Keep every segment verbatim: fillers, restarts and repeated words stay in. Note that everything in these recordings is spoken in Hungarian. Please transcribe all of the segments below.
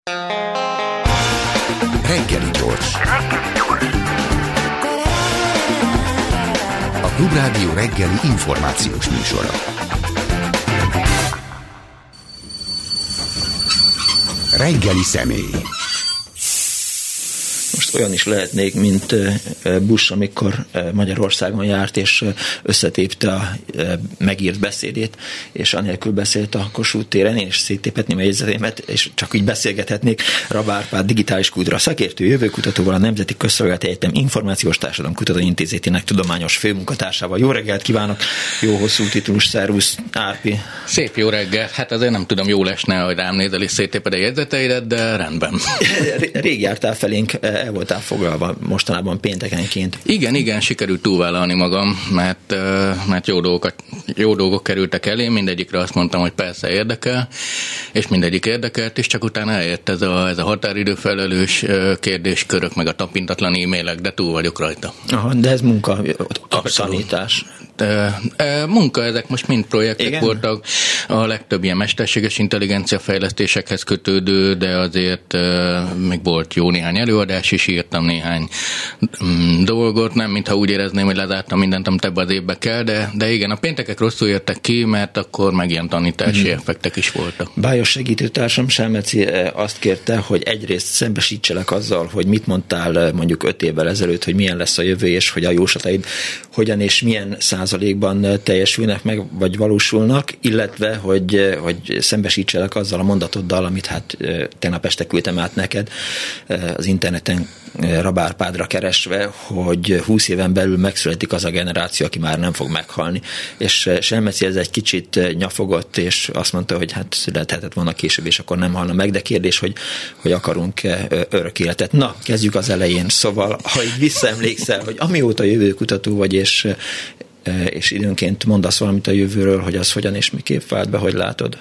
Reggeli gyors. A Klubrádió reggeli információs műsora. Reggeli személy. Most olyan is lehetnék, mint Bush, amikor Magyarországon járt, és összetépte a megírt beszédét, és anélkül beszélt a Kossuth téren, és széttépetném a jegyzetémet, és csak így beszélgethetnék. Rabár Árpád digitális kúdra szakértő, jövőkutatóval, a Nemzeti Közszolgálati Egyetem Információs Társadalom Kutatóintézetének tudományos főmunkatársával. Jó reggelt kívánok! Jó hosszú titulus, szervusz, Árpi! Szép jó reggel! Hát azért nem tudom, jól esne, hogy rám nézel és széttéped a jegyzeteidet, de rendben. Rég jártál felénk, el voltál foglalva mostanában péntekenként. Igen, igen, sikerült túlvállalni magam, mert, mert jó, dolgok, jó dolgok kerültek elé, mindegyikre azt mondtam, hogy persze érdekel, és mindegyik érdekelt, és csak utána eljött ez a, ez a határidőfelelős kérdéskörök, meg a tapintatlan e-mailek, de túl vagyok rajta. Aha, de ez munka, tanítás. Munka, ezek most mind projektek igen? voltak, a legtöbb ilyen mesterséges intelligencia fejlesztésekhez kötődő, de azért még volt jó néhány előadás is, írtam néhány dolgot, nem mintha úgy érezném, hogy lezártam mindent, amit ebbe az évbe kell, de, de igen, a péntekek rosszul jöttek ki, mert akkor meg ilyen tanítási hmm. effektek is voltak. Bájos segítőtársam Selmeci azt kérte, hogy egyrészt szembesítselek azzal, hogy mit mondtál mondjuk öt évvel ezelőtt, hogy milyen lesz a jövő, és hogy a jóslataid hogyan és milyen százalékban teljesülnek meg, vagy valósulnak, illetve, hogy, hogy szembesítselek azzal a mondatoddal, amit hát tegnap este küldtem át neked az interneten Rabár Árpádra keresve, hogy húsz éven belül megszületik az a generáció, aki már nem fog meghalni. És Selmeci ez egy kicsit nyafogott, és azt mondta, hogy hát születhetett volna később, és akkor nem halna meg, de kérdés, hogy, hogy akarunk-e örök életet. Na, kezdjük az elején. Szóval, ha így visszaemlékszel, hogy amióta jövőkutató vagy, és, és időnként mondasz valamit a jövőről, hogy az hogyan és miképp vált be, hogy látod?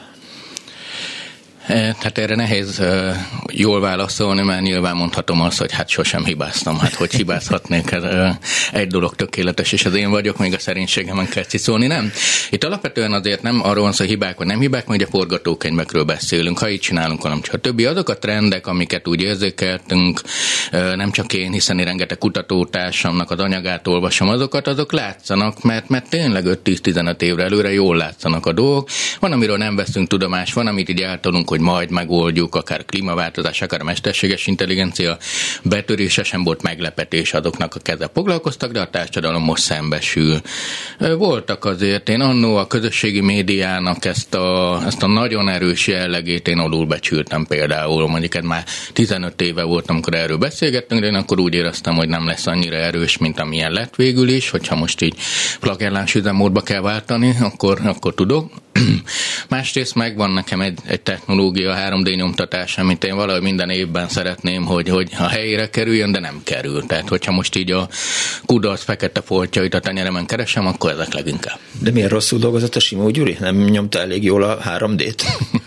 Hát erre nehéz uh, jól válaszolni, mert nyilván mondhatom azt, hogy hát sosem hibáztam. Hát hogy hibázhatnék? Ez, uh, egy dolog tökéletes, és az én vagyok, még a szerénységemen kell ciszolni, nem? Itt alapvetően azért nem arról van szó, hogy hibák vagy nem hibák, majd a forgatókönyvekről beszélünk, ha így csinálunk valamit. A többi azok a trendek, amiket úgy érzékeltünk, uh, nem csak én, hiszen én rengeteg kutatótársamnak az anyagát olvasom, azokat, azok látszanak, mert, mert tényleg öt-tíz-tizenöt évre előre jól látszanak a dolgok. Van, amiről nem veszünk tudomást, van, amit így eltolunk, hogy majd megoldjuk, akár klímaváltozás, akár a mesterséges intelligencia betörése sem volt meglepetés, azoknak a keze foglalkoztak, de a társadalom most szembesül. Voltak azért, én annó a közösségi médiának ezt a, ezt a nagyon erős jellegét én alulbecsültem például, mondjuk ez már tizenöt éve voltam, amikor erről beszélgettünk, de én akkor úgy éreztem, hogy nem lesz annyira erős, mint amilyen lett végül is, hogyha most így plug-and-launch üzemmódba kell váltani, akkor, akkor tudok. Másrészt megvan nekem egy, egy technológia, három dé nyomtatás, amit én valahogy minden évben szeretném, hogy, hogy a helyére kerüljön, de nem kerül. Tehát, hogyha most így a kudarc fekete foltjait a tenyeremen keresem, akkor ezek leginkább. De miért rosszul dolgozott a Simó Gyuri? Nem nyomta elég jól a három dét?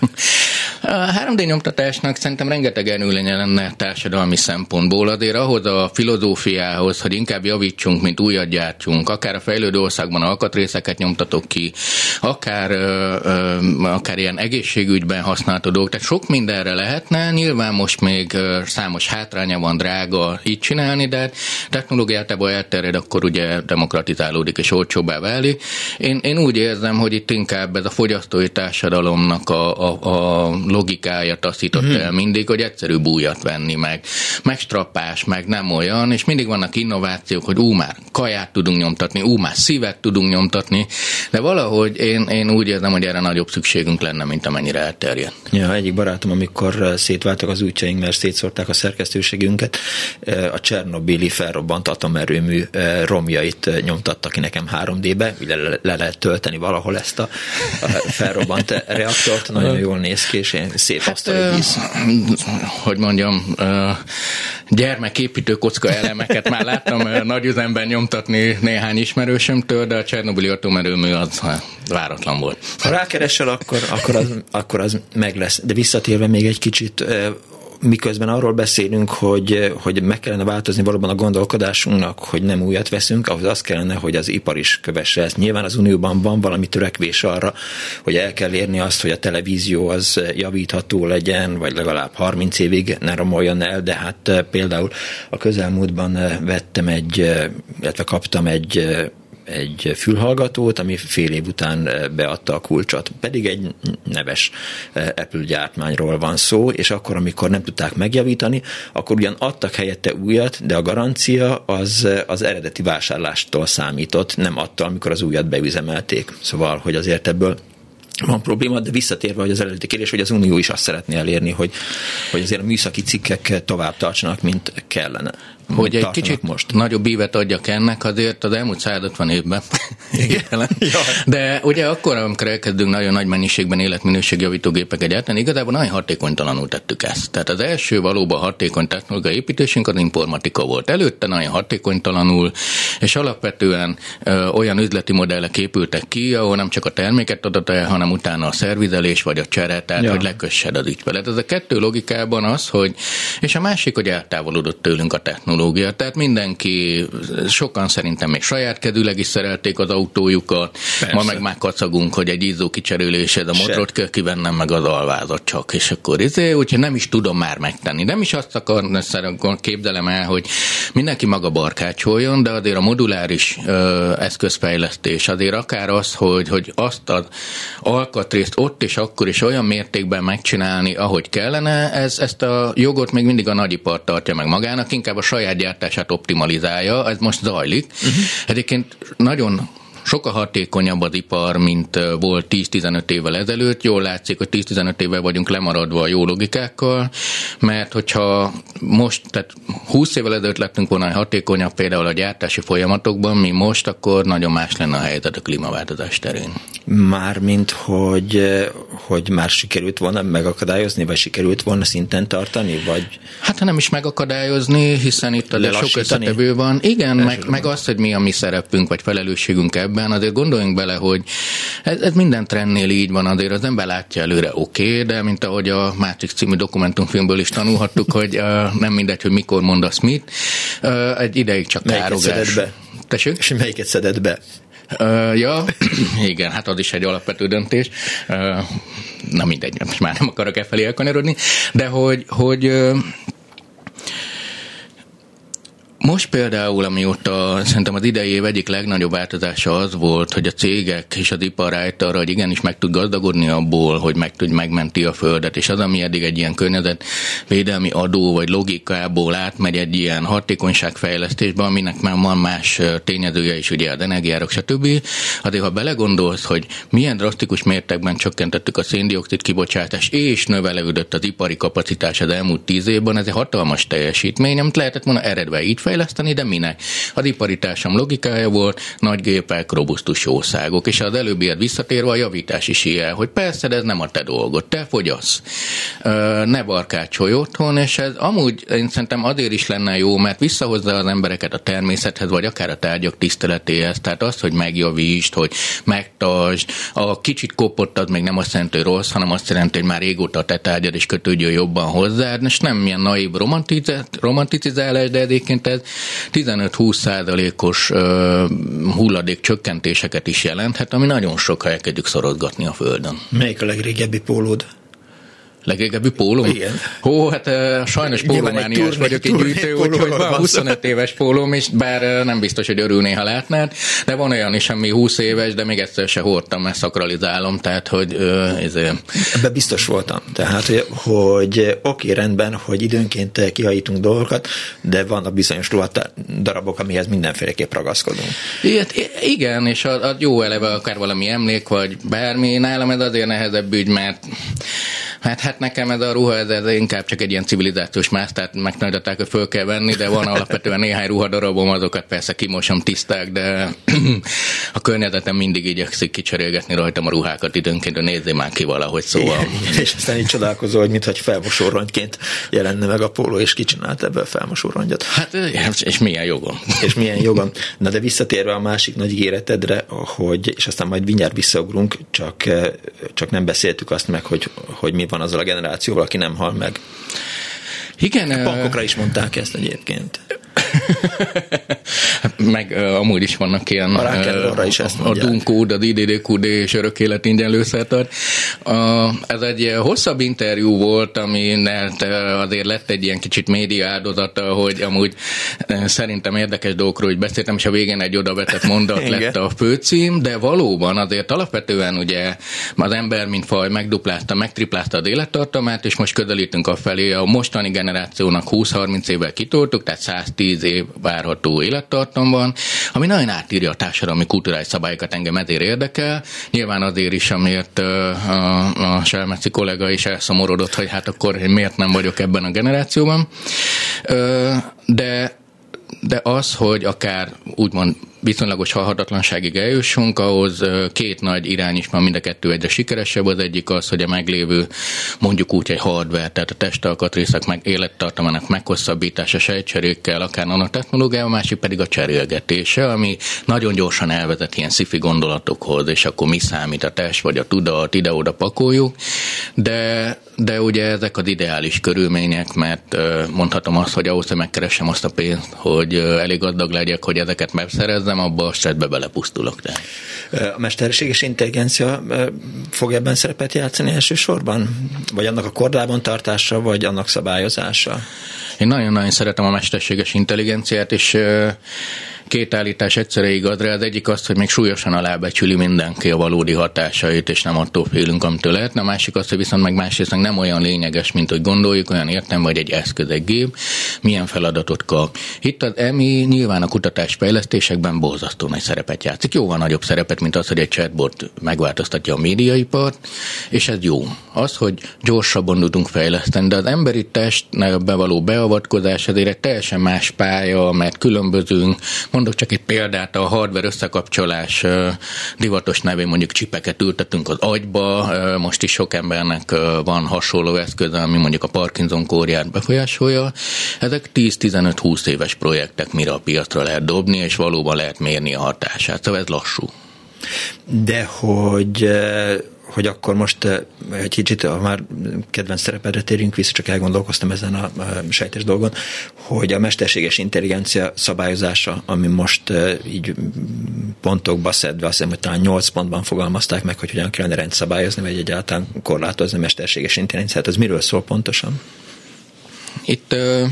A három dé nyomtatásnak szerintem rengeteg előnye lenne társadalmi szempontból. Azért ahhoz a filozófiához, hogy inkább javítsunk, mint újat gyártjunk, akár a fejlődő országban alkatrészeket nyomtatok ki, akár, ö, ö, akár ilyen egészségügyben használható dolgok. Tehát sok mindenre lehetne. Nyilván most még számos hátránya van, drága így csinálni, de technológiátában elterjed, akkor ugye demokratizálódik és olcsóbbá válik. Én, én úgy érzem, hogy itt inkább ez a fogyasztói társadalomnak a, a, a logikája taszított el mindig, hogy egyszerűbb újat venni, meg, meg strappás, meg nem olyan, és mindig vannak innovációk, hogy ú, már kaját tudunk nyomtatni, ú, már szívet tudunk nyomtatni, de valahogy én, én úgy érzem, hogy erre nagyobb szükségünk lenne, mint amennyire elterjedt. Ja, egyik barátom, amikor szétváltak az útjaink, mert szétszórták a szerkesztőségünket, a Csernobili felrobbant atomerőmű romjait nyomtatta ki nekem három dé-be, ugye le, le lehet tölteni valahol ezt a, a felrobbant reaktort, nagyon jól néz ki, és szép asztali dísz. Hogy mondjam, gyermeképítő kocka elemeket már láttam nagy üzemben nyomtatni néhány ismerősömtől, de a Csernobili atomerőmű az váratlan volt. Ha rákeresel, akkor, akkor, az, akkor az meg lesz. De visszatérve még egy kicsit, miközben arról beszélünk, hogy, hogy meg kellene változni valóban a gondolkodásunknak, hogy nem újat veszünk, ahhoz az kellene, hogy az ipar is kövesse ezt. Nyilván az Unióban van valami törekvés arra, hogy el kell érni azt, hogy a televízió az javítható legyen, vagy legalább harminc évig ne romoljon el, de hát például a közelmúltban vettem egy, illetve kaptam egy egy fülhallgatót, ami fél év után beadta a kulcsot. Pedig egy neves Apple gyártmányról van szó, és akkor, amikor nem tudták megjavítani, akkor ugyan adtak helyette újat, de a garancia az, az eredeti vásárlástól számított, nem attól, amikor az újat beüzemelték. Szóval, hogy azért ebből van probléma, de visszatérve, hogy az eredeti kérdés, hogy az Unió is azt szeretné elérni, hogy, hogy azért a műszaki cikkek tovább tartsanak, mint kellene. Hogy egy kicsit most nagyobb ívet adjak ennek, azért az elmúlt száz ötven évben. Igen. De ugye akkor, amikor elkezdünk nagyon nagy mennyiségben életminőségjavító gépeket gyártani, igazából nagyon hatékonytalanul tettük ezt. Tehát az első valóban hatékony technológiai építésünk az informatika volt. Előtte nagyon hatékonytalanul, és alapvetően ö, olyan üzleti modellek épültek ki, ahol nem csak a terméket adott el, hanem utána a szervizelés vagy a csere, tehát ja. hogy lekössed az ügyfelet. Ez a kettő logikában az, hogy, és a másik, hogy eltávolodott tőlünk a technológia. Tehát mindenki, sokan szerintem még saját kedűleg is szerelték az autójukat, persze. Ma meg már kacagunk, hogy egy izzó kicserélésed, a motorot kell kivennem, meg az alvázat csak, és akkor izé, úgyhogy nem is tudom már megtenni. Nem is azt akar, képzelem el, hogy mindenki maga barkácsoljon, de azért a moduláris ö, eszközfejlesztés, azért akár az, hogy, hogy azt az alkatrészt ott és akkor is olyan mértékben megcsinálni, ahogy kellene, ez, ezt a jogot még mindig a nagyipar tartja meg magának, inkább a saját gyártását optimalizálja, ez most zajlik. Uh-huh. Egyébként nagyon sokkal hatékonyabb az ipar, mint volt tíz-tizenöt évvel ezelőtt. Jól látszik, hogy tíz-tizenöt évvel vagyunk lemaradva a jó logikákkal, mert hogyha most, tehát húsz évvel ezelőtt lettünk volna hatékonyabb például a gyártási folyamatokban, mi most, akkor nagyon más lenne a helyzet a klímaváltozás terén. Mármint, hogy, hogy már sikerült volna megakadályozni, vagy sikerült volna szinten tartani, vagy... Hát nem is megakadályozni, hiszen itt a sok összetevő van. Igen, meg, meg az, hogy mi a mi szerepünk, vagy felelősségünk ebben, azért gondoljunk bele, hogy ez, ez minden trendnél így van, azért az ember látja előre oké, okay, de mint ahogy a Matrix című dokumentumfilmből is tanulhattuk, hogy uh, nem mindegy, hogy mikor mondasz mit, uh, egy ideig csak károgás. Tessék? És melyiket szedett be? Uh, ja, igen, hát az is egy alapvető döntés. Uh, na mindegy, most már nem akarok e felé elkanyarodni, de hogy, hogy uh, most például, amióta szerintem az idei év egyik legnagyobb változása az volt, hogy a cégek és az ipar rájött arra, hogy igenis meg tud gazdagodni abból, hogy meg tud megmenti a földet, és az, ami eddig egy ilyen környezetvédelmi adó vagy logikából átmegy egy ilyen hatékonyságfejlesztésbe, aminek már van más tényezője is, ugye az energiárok, stb. Azért, ha belegondolsz, hogy milyen drasztikus mértékben csökkentettük a széndioxid kibocsátást, és növelődött az ipari kapacitás az elmúlt tíz évben, ez egy hatalmas teljesítmény, amit lehetett volna eredve így fejleszteni, de minek? Az ipari társam logikája volt, nagy gépek, robusztus jószágok, és az előbbihez visszatérve a javítás is ilyen, hogy persze, de ez nem a te dolgod, te fogyasz. Ne barkácsolj otthon, és ez amúgy én szerintem azért is lenne jó, mert visszahozza az embereket a természethez, vagy akár a tárgyak tiszteletéhez, tehát az, hogy megjavítsd, hogy megtartsd, a kicsit kopott az még nem azt jelenti, hogy rossz, hanem azt jelenti, hogy már régóta a te tárgyad is kötődjön jobban hozzád, és nem ilyen naív romanticizálás, de egyébként ez tizenöt-húsz százalékos uh, hulladék csökkentéseket is jelenthet, ami nagyon sok, ha elkezdjük szorozgatni a földön. Melyik a legrégebbi pólód? Legrégebbi pólóm? Igen. Hó, hát uh, sajnos pólómániás vagyok, egy gyűjtő, úgyhogy van huszonöt éves pólóm is, bár uh, nem biztos, hogy örülné, ha látnád, de van olyan is, ami húsz éves, de még egyszer se hordtam, mert szakralizálom, tehát, hogy uh, ez... Ebben biztos voltam. Tehát, hogy, hogy oké, rendben, hogy időnként kihajítunk dolgokat, de van a bizonyos darabok, amihez mindenféleképp ragaszkodunk. Igen, és az, az jó eleve akár valami emlék, vagy bármi, nálam ez azért nehezebb ügy, mert Hát, hát nekem ez a ruha, ez, ez inkább csak egy ilyen civilizációs mász, tehát megtanították, hogy föl kell venni, de van alapvetően néhány ruhadarabom, azokat persze kimosom, tiszták, de a környezetem mindig igyekszik kicserélgetni rajtam a ruhákat időnként, hogy nézzél már ki valahogy, szóval. Igen, és aztán így csodálkozol, hogy mintha felmosórongyként jelenne meg a póló, és kicsinált ebből felmosórongyot. Hát, és milyen jogom. És milyen jogom. Na de visszatérve a másik nagy ígéretedre, hogy, és aztán majd mindjárt visszaugrunk, csak, csak nem beszéltük azt meg, hogy, hogy mi van azzal a generációval, aki nem hal meg. Igen. A bankokra is mondták ezt egyébként. Meg uh, amúgy is vannak ilyen a, is a, a Dunkód, a dé dé dé kú dé és örök élet ingyen lőszertart. Uh, ez egy hosszabb interjú volt, aminél azért lett egy ilyen kicsit média áldozata, hogy amúgy uh, szerintem érdekes dolgokról hogy beszéltem, és a végén egy odavetett mondat lett a főcím, de valóban azért alapvetően ugye az ember, mint faj megduplázta, megtriplázta az élettartamát, és most közelítünk afelé, a mostani generációnak húsz-harminc évvel kitoltuk, tehát száztíz év várható élettartam van, ami nagyon átírja a társadalmi kulturális szabályokat, engem ezért érdekel. Nyilván azért is, amiért a, a Selmeci kollega is elszomorodott, hogy hát akkor én miért nem vagyok ebben a generációban. De, de az, hogy akár úgymond viszonylagos halhatatlanságig eljussunk, ahhoz két nagy irány is van, mind a kettő egyre sikeresebb. Az egyik az, hogy a meglévő, mondjuk úgy egy hardware, tehát a testalkatrészek meg élettartamának meghosszabbítása sejtcserékkel, akár nanotechnológiával, a másik pedig a cserélgetése, ami nagyon gyorsan elvezet ilyen sci-fi gondolatokhoz, és akkor mi számít a test, vagy a tudat, ide-oda pakoljuk, de, de ugye ezek az ideális körülmények, mert mondhatom azt, hogy ahhoz, hogy megkeressem azt a pénzt, hogy elég gazdag legyek, hogy ezeket megszerezzem, abba a stresszbe belepusztulok. De. A mesterséges intelligencia fog ebben szerepet játszani elsősorban? Vagy annak a kordában tartása, vagy annak szabályozása? Én nagyon-nagyon szeretem a mesterséges intelligenciát, és két állítás egyszerre igaz rá. Az egyik az, hogy még súlyosan alábecsüli mindenki a valódi hatásait, és nem attól félünk, amitől lehetne. A másik az, hogy viszont meg másrészt nem olyan lényeges, mint hogy gondoljuk, olyan értem, vagy egy eszköz, egy gép, milyen feladatot kap. Itt az e em i nyilván a kutatásfejlesztésekben borzasztó nagy szerepet játszik. Jóval nagyobb szerepet, mint az, hogy egy chatbot megváltoztatja a médiaipart, és ez jó. Az, hogy gyorsabban tudunk fejleszteni, de az emberi testbe való beavatkozás azért egy teljesen más pálya, mert különbözünk. Mondok csak egy példát, a hardware összekapcsolás divatos nevén mondjuk csipeket ültetünk az agyba, most is sok embernek van hasonló eszköze, ami mondjuk a Parkinson-kórját befolyásolja. Ezek tíz-tizenöt-húsz éves projektek, mire a piacra lehet dobni, és valóban lehet mérni a hatását. Szóval ez lassú. De hogy... hogy akkor most egy kicsit, ha már kedvenc szerepedre térjünk vissza, csak elgondolkoztam ezen a, a sejtes dolgon, hogy a mesterséges intelligencia szabályozása, ami most így pontokba szedve, azt hiszem, hogy talán nyolc pontban fogalmazták meg, hogy hogyan kellene rendszabályozni, vagy egyáltalán korlátozni a mesterséges intelligenciát. Ez miről szól pontosan? Itt... Uh...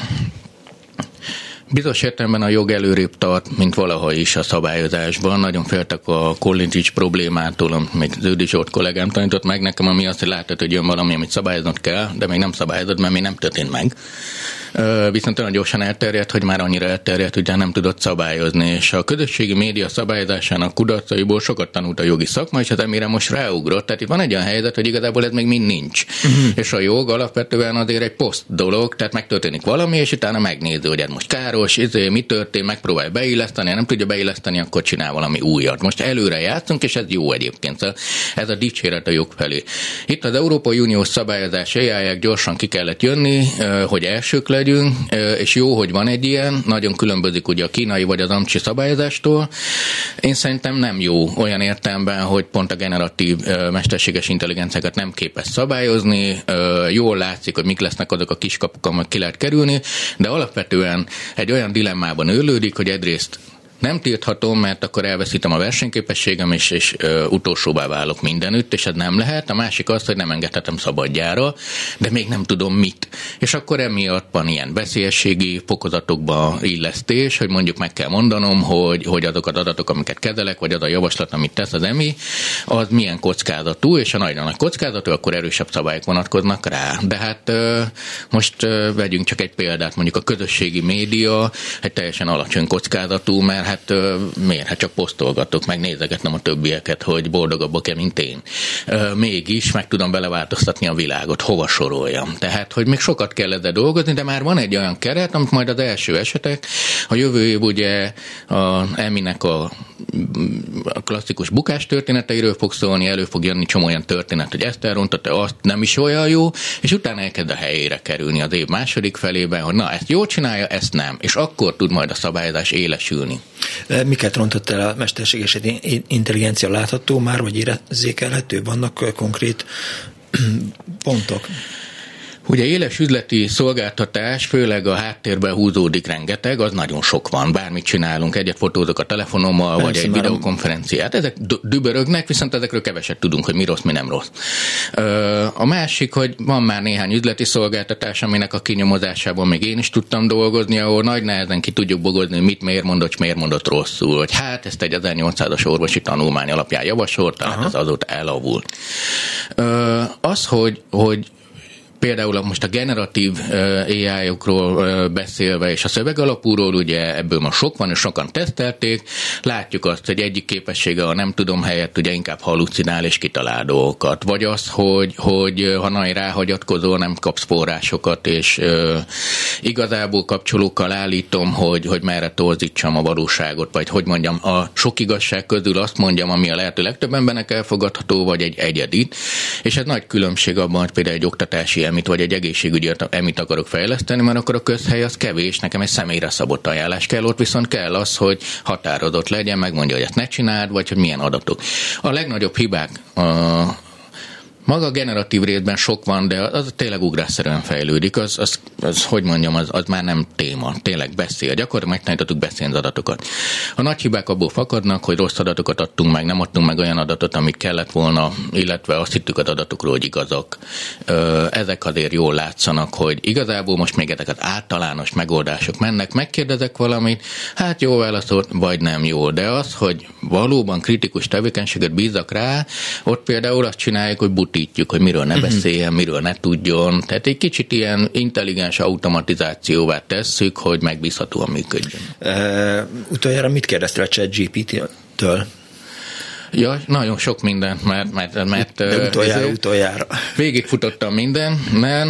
Bizonyos értelemben a jog előrébb tart, mint valaha is a szabályozásban. Nagyon féltek a Collins problémától, amit még Zöldi Zsolt kollégám tanított meg nekem, ami azt, hogy látod, hogy jön valami, amit szabályoznod kell, de még nem szabályozod, mert még nem történt meg. Viszont olyan gyorsan elterjedt, hogy már annyira elterjedt, hogy nem tudott szabályozni, és a közösségi média szabályozásának kudarcaiból sokat tanult a jogi szakma, és az emére most ráugrott. Tehát itt van egy olyan helyzet, hogy igazából ez még mind nincs. Uh-huh. És a jog alapvetően azért egy poszt dolog, tehát megtörténik valami, és utána megnézi, hogy ez most káros, izé, mi történt, megpróbálja beilleszteni, ha nem tudja beilleszteni, akkor csinál valami újat. Most előre játszunk, és ez jó egyébként. Ez a dicséret a jog felé. Itt az Európai Uniós szabályozás á í-ek gyorsan ki kellett jönni, hogy elsők legyünk, és jó, hogy van egy ilyen, nagyon különbözik ugye a kínai vagy az amcsi szabályozástól. Én szerintem nem jó olyan értelemben, hogy pont a generatív mesterséges intelligenciákat nem képes szabályozni, jól látszik, hogy mik lesznek azok a kiskapuk, amik ki lehet kerülni, de alapvetően egy olyan dilemmában őlődik, hogy egyrészt nem tilthatom, mert akkor elveszítem a versenyképességem, és, és ö, utolsóbbá válok mindenütt, és ez nem lehet. A másik az, hogy nem engedhetem szabadjára, de még nem tudom mit. És akkor emiatt van ilyen veszélyességi fokozatokba illesztés, hogy mondjuk meg kell mondanom, hogy, hogy azok az adatok, amiket kezelek, vagy az a javaslat, amit tesz az e em i, az milyen kockázatú, és ha nagyon nagy kockázatú, akkor erősebb szabályok vonatkoznak rá. De hát ö, most ö, vegyünk csak egy példát, mondjuk a közösségi média egy teljesen alacsony kockázatú, mert hát miért? Hát csak posztolgatok, meg nézegetnem a többieket, hogy boldogabbak-e, mint én. Mégis meg tudom beleváltoztatni a világot, hova soroljam. Tehát, hogy még sokat kell ezzel dolgozni, de már van egy olyan keret, amit majd az első esetek, a jövő év ugye az é em i-nek a, a klasszikus bukás történeteiről fog szólni, elő fog jönni csomó olyan történet, hogy ezt elrontott, azt nem is olyan jó, és utána elkezd a helyére kerülni az év második felében, hogy na, ezt jól csinálja, ezt nem. És akkor tud majd a szabályozás élesülni. Miket rontott el a mesterséges intelligencia? Látható már, vagy érzékelhető? Vannak konkrét pontok? Ugye éles üzleti szolgáltatás, főleg a háttérben húzódik rengeteg, az nagyon sok van. Bármit csinálunk, egyet fotózok a telefonommal, persze, vagy egy videokonferenciát. Ezek dübörögnek, viszont ezekről keveset tudunk, hogy mi rossz, mi nem rossz. A másik, hogy van már néhány üzleti szolgáltatás, aminek a kinyomozásában még én is tudtam dolgozni, ahol nagy nehezen ki tudjuk bogozni, hogy mit miért mondott, és miért mondott rosszul. Hogy hát ezt egy ezernyolcszázas orvosi tanulmány alapján javasolt, tehát ez azóta elavult. Az, hogy, hogy például most a generatív á í-okról beszélve, és a szövegalapúról, ugye ebből ma sok van, és sokan tesztelték. Látjuk azt, hogy egyik képessége a nem tudom helyett ugye inkább hallucinál és kitalál dolgokat. Vagy az, hogy, hogy ha nagy ráhagyatkozol, nem kapsz forrásokat, és uh, igazából kapcsolókkal állítom, hogy, hogy merre torzítsam a valóságot, vagy hogy mondjam, a sok igazság közül azt mondjam, ami a lehető legtöbb embernek elfogadható, vagy egy egyedit. És ez nagy különbség abban, hogy például egy oktatási emit, vagy egy egészségügyi emit akarok fejleszteni, mert akkor a közhely az kevés, nekem egy személyre szabott ajánlás kell, ott viszont kell az, hogy határozott legyen, megmondja, hogy ezt ne csináld, vagy hogy milyen adatok. A legnagyobb hibák a maga a generatív részben sok van, de az tényleg ugrásszerűen fejlődik, az, az, az hogy mondjam, az, az már nem téma, tényleg beszél. Gyakorlatilag megtanítottuk beszélni az adatokat. A nagy hibák abból fakadnak, hogy rossz adatokat adtunk meg, nem adtunk meg olyan adatot, amit kellett volna, illetve azt hittük az adatokról, hogy igazak. Ezek azért jól látszanak, hogy igazából most még ezek az általános megoldások mennek, megkérdezek valamit, hát jó válaszolt, vagy nem jó, de az, hogy valóban kritikus tevékenységet bízzak rá, ott például azt csináljuk, hogy butítjuk, hogy miről ne beszéljen, miről ne tudjon. Tehát egy kicsit ilyen intelligens automatizációvá tesszük, hogy megbízhatóan működjön. Uh, utoljára mit kérdeztél a ChatGPT-től? Ja, nagyon sok mindent, mert... mert, mert De utoljára, ezért utoljára. Végigfutottam minden, mert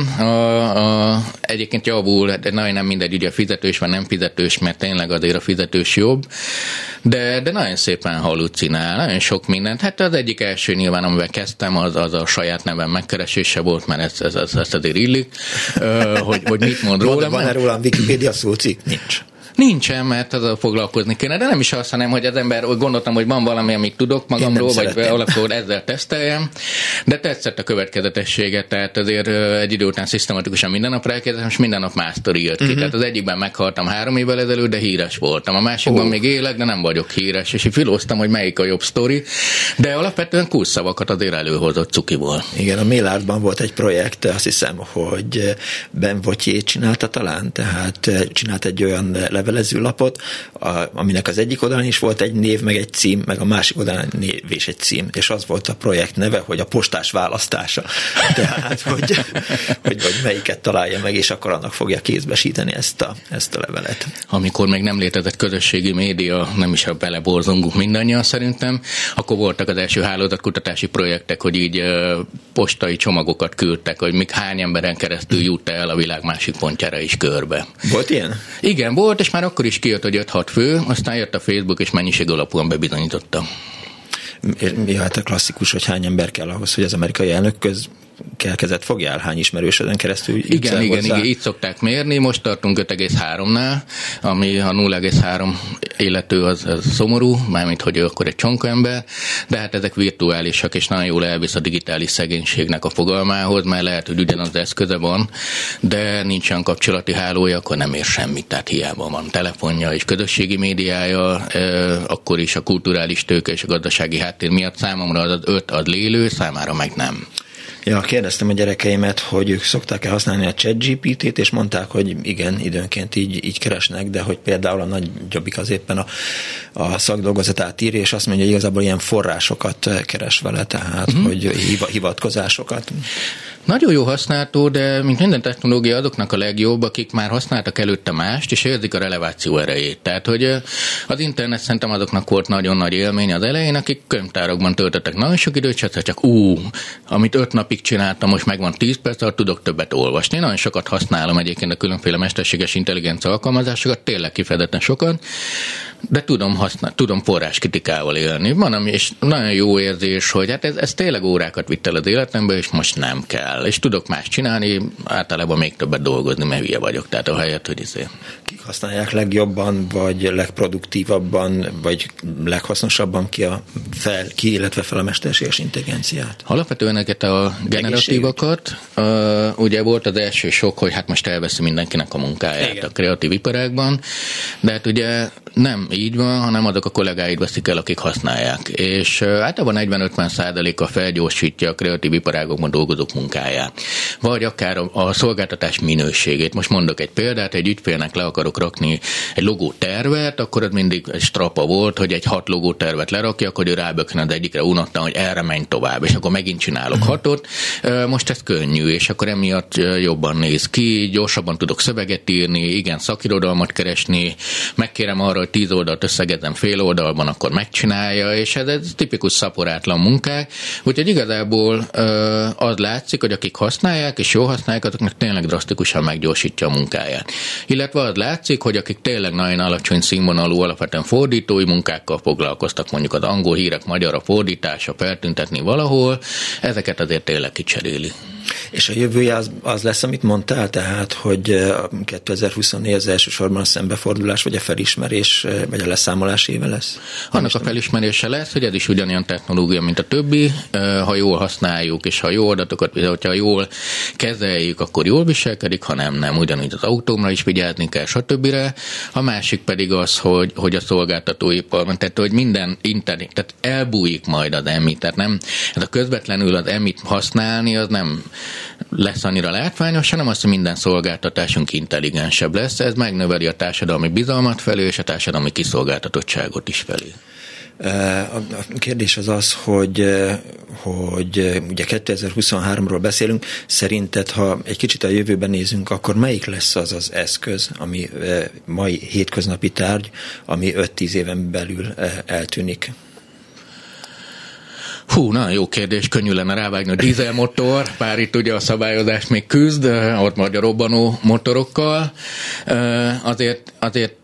a, a, egyébként javul, de nagyon nem mindegy, ugye a fizetős vagy nem fizetős, mert tényleg azért a fizetős jobb, de, de nagyon szépen hallucinál, nagyon sok mindent. Hát az egyik első nyilván, amivel kezdtem, az, az a saját nevem megkeresése volt, mert ez, ez, ez, ez azért illik, hogy, hogy mit mond róla. Van-e rólam Wikipédia szócikk? Nincs. Nincsen, mert azzal foglalkozni kéne, de nem is azt, hanem, hogy az ember, hogy gondoltam, hogy van valami, amit tudok magamról, vagy alapból ezzel teszteljem, de tetszett a következetessége, tehát azért egy idő után szisztematikusan minden nap elkezdtem, és minden nap más sztori jött ki. Uh-huh. Tehát az egyikben meghaltam három évvel ezelőtt, de híres voltam. A másikban uh. még élek, de nem vagyok híres, és így filóztam, hogy melyik a jobb sztori, de alapvetően kulcsszavakat azért előhozott cukiból. Igen, a Mailartban volt egy projekt, azt hiszem, hogy Ben Vauthier csinálta talán, tehát csinált egy olyan levelezőlapot, aminek az egyik oldalán is volt egy név, meg egy cím, meg a másik oldalán név és egy cím, és az volt a projekt neve, hogy a postás választása. Tehát, hogy, hogy, hogy melyiket találja meg, és akkor annak fogja kézbesíteni ezt a, ezt a levelet. Amikor még nem létezett közösségi média, nem is beleborzongunk mindannyian szerintem, akkor voltak az első hálózatkutatási projektek, hogy így postai csomagokat küldtek, hogy még hány emberen keresztül jut el a világ másik pontjára is körbe. Volt ilyen? Igen, volt, és már akkor is kijött, hogy öt-hat fő, aztán jött a Facebook, és mennyiség alapúan bebizonyította. Mi hát a klasszikus, hogy hány ember kell ahhoz, hogy az amerikai elnök köz kezet fogjál, hány ismerősöden keresztül igen, igen, igen, így szokták mérni, most tartunk öt egész háromnál, ami a nulla egész három illető az, az szomorú, mármint, hogy ő akkor egy csonka ember, de hát ezek virtuálisak, és nagyon jól elvisz a digitális szegénységnek a fogalmához, mert lehet, hogy ugyanaz eszköze van, de nincsen kapcsolati hálója, akkor nem ér semmit, tehát hiába van telefonja és közösségi médiája, akkor is a kulturális tőke és a gazdasági háttér miatt számomra az öt ad lélő, számára meg nem. Ja, kérdeztem a gyerekeimet, hogy ők szokták-e használni a ChatGPT-t, és mondták, hogy igen, időnként így, így keresnek, de hogy például a nagyobbik az éppen a, a szakdolgozatát írja, és azt mondja, hogy igazából ilyen forrásokat keres vele, tehát, mm-hmm. hogy hivatkozásokat. Nagyon jó használható, de mint minden technológia azoknak a legjobb, akik már használtak előtte mást, és érzik a releváció erejét. Tehát, hogy az internet szerintem azoknak volt nagyon nagy élmény az elején, akik könyvtárokban töltöttek nagyon sok időt, csak, csak ú, amit öt napig csináltam, most megvan tíz perc, alatt tudok többet olvasni. Nagyon sokat használom egyébként a különféle mesterséges intelligencia alkalmazásokat, tényleg kifejezetten sokat. de tudom használni, tudom forráskritikával élni. Van, ami, és nagyon jó érzés, hogy hát ez, ez tényleg órákat vitt el az életembe, és most nem kell. És tudok más csinálni, általában még többet dolgozni, mert hülye vagyok. Tehát a helyet, hogy izé. Kik használják legjobban, vagy legproduktívabban, vagy leghasznosabban ki, a fel, ki illetve fel a mesterséges intelligenciát? Alapvetően ezeket a generatívakat, uh, ugye volt az első sok, hogy hát most elveszi mindenkinek a munkáját. Igen. A kreatív iparágban, de hát ugye nem így van, hanem azok a kollégáid veszik el, akik használják. És uh, általában negyven-ötven százaléka felgyorsítja a kreatív iparágokban dolgozók munkáját. Vagy akár a, a szolgáltatás minőségét. Most mondok egy példát, egy ügyfélnek le akarok rakni egy logótervet, akkor az mindig egy strapa volt, hogy egy hat logótervet lerakjak, hogy ő rábökne az egyikre, unottam, hogy erre menj tovább, és akkor megint csinálok hatot. Uh, most ez könnyű, és akkor emiatt jobban néz ki, gyorsabban tudok szöveget írni, igen, szakirodalmat keresni, megkérem arra, hogy tíz oldalt összegezem fél oldalban, akkor megcsinálja, és ez, ez tipikus szaporátlan munkák. Úgyhogy igazából az látszik, hogy akik használják, és jól használják, azoknak tényleg drasztikusan meggyorsítja a munkáját. Illetve az látszik, hogy akik tényleg nagyon alacsony színvonalú, alapvetően fordítói munkákkal foglalkoztak, mondjuk az angol hírek magyarra fordítása, feltüntetni valahol, ezeket azért tényleg kicseréli. És a jövője az, az lesz, amit mondtál, tehát, hogy kétezer-huszonnégy az elsősorban a szembefordulás, vagy a felismerés, vagy a leszámolás éve lesz? Annak a felismerése lesz, hogy ez is ugyanilyen technológia, mint a többi, ha jól használjuk, és ha jó adatokat, hogyha jól kezeljük, akkor jól viselkedik, ha nem, nem. Ugyanúgy az autómra is vigyázni kell, stb. A másik pedig az, hogy, hogy a szolgáltatóiparban, tehát hogy minden internet, tehát elbújik majd az emmi, tehát nem, ez a közvetlenül az emmit használni, az nem lesz annyira látványos, hanem az, hogy minden szolgáltatásunk intelligensebb lesz. Ez megnöveli a társadalmi bizalmat felé, és a társadalmi kiszolgáltatottságot is felé. A kérdés az az, hogy, hogy ugye kétezer-huszonháromról beszélünk, szerinted, ha egy kicsit a jövőben nézünk, akkor melyik lesz az az eszköz, ami mai hétköznapi tárgy, ami öt-tíz éven belül eltűnik? Hú, nagyon jó kérdés, könnyű lenne rávágni a dízelmotor, bár itt ugye a szabályozás még küzd, ott vagy a robbanó motorokkal. Azért, azért,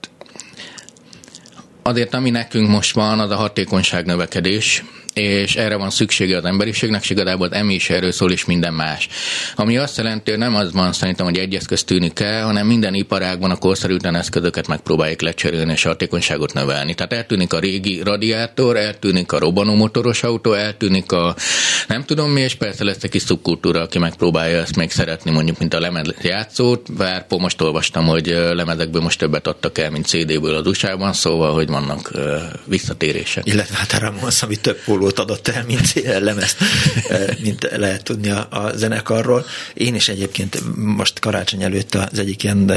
azért ami nekünk most van, az a hatékonyság növekedés, és erre van szüksége az emberiségnek, és igazából az emi is erről szól, és minden más. Ami azt jelenti, hogy nem az van szerintem, hogy egy eszköz tűnik el, hanem minden iparágban a korszerűtlen eszközöket megpróbálják lecserélni, és a hatékonyságot növelni. Tehát eltűnik a régi radiátor, eltűnik a robbanómotoros autó, eltűnik a nem tudom mi, és persze lesz egy kis szubkultúra, aki megpróbálja ezt még szeretni, mondjuk, mint a lemezjátszót, bár most olvastam, hogy lemezekből most többet adtak el, mint cé déből az u es á-ban, szóval, hogy vannak uh, visszatérések. Illetve hát arra mondsz, ami több pólót adott el, mint lemezt, mint lehet tudni a, a zenekarról. Én is egyébként most karácsony előtt az egyik ilyen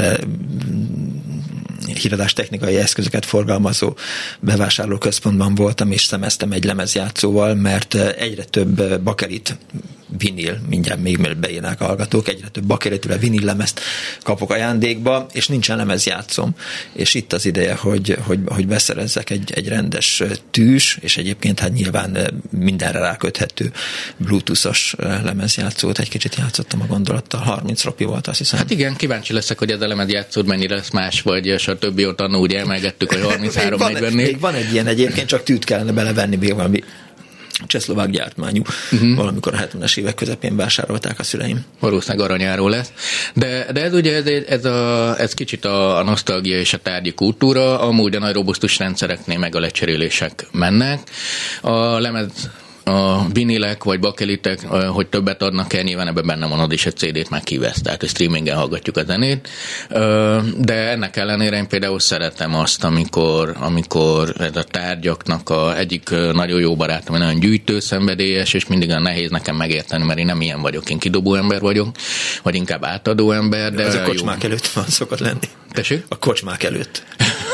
híradás technikai eszközöket forgalmazó bevásárlóközpontban voltam, és szemeztem egy lemezjátszóval, mert egyre több bakelit vinil, mindjárt még beírnák a hallgatók, egyre több bakelit, vinil lemezt kapok ajándékba, és nincsen lemezjátszom. És itt az ideje, hogy, hogy, hogy beszerezzek egy, egy rendes tűs, és egyébként hát nyilván mindenre ráköthető bluetoothos lemezjátszót. Egy kicsit játszottam a gondolattal, harminc ropi volt, azt hiszem. Hát igen, kíváncsi leszek, hogy ez a lemezjátszód mennyire lesz más, vagy és a többi ott annó úgy elmegettük, hogy harminchárom negyvennégy. Még van egy ilyen egyébként, csak tűt kellene belevenni, még valami csehszlovák gyártmányú. Uh-huh. Valamikor a hetvenes évek közepén vásárolták a szüleim. Valószínűleg aranyáró lesz. De, de ez ugye ez, ez, a, ez kicsit a, a nosztalgia és a tárgyi kultúra, amúgy a nagy robusztus rendszereknél meg a lecserélések mennek. A lemez a vinilek vagy bakelitek, hogy többet adnak el, nyilván ebben benne van az is, egy cé dét már kivesz, tehát hogy streamingen hallgatjuk a zenét, de ennek ellenére én például szeretem azt, amikor, amikor ez a tárgyaknak a egyik nagyon jó barátom, nagyon gyűjtőszenvedélyes, és mindig olyan nehéz nekem megérteni, mert én nem ilyen vagyok, én kidobó ember vagyok, vagy inkább átadó ember, de az a kocsmák jó. Előtt van szokott lenni. Tessék? A kocsmák előtt.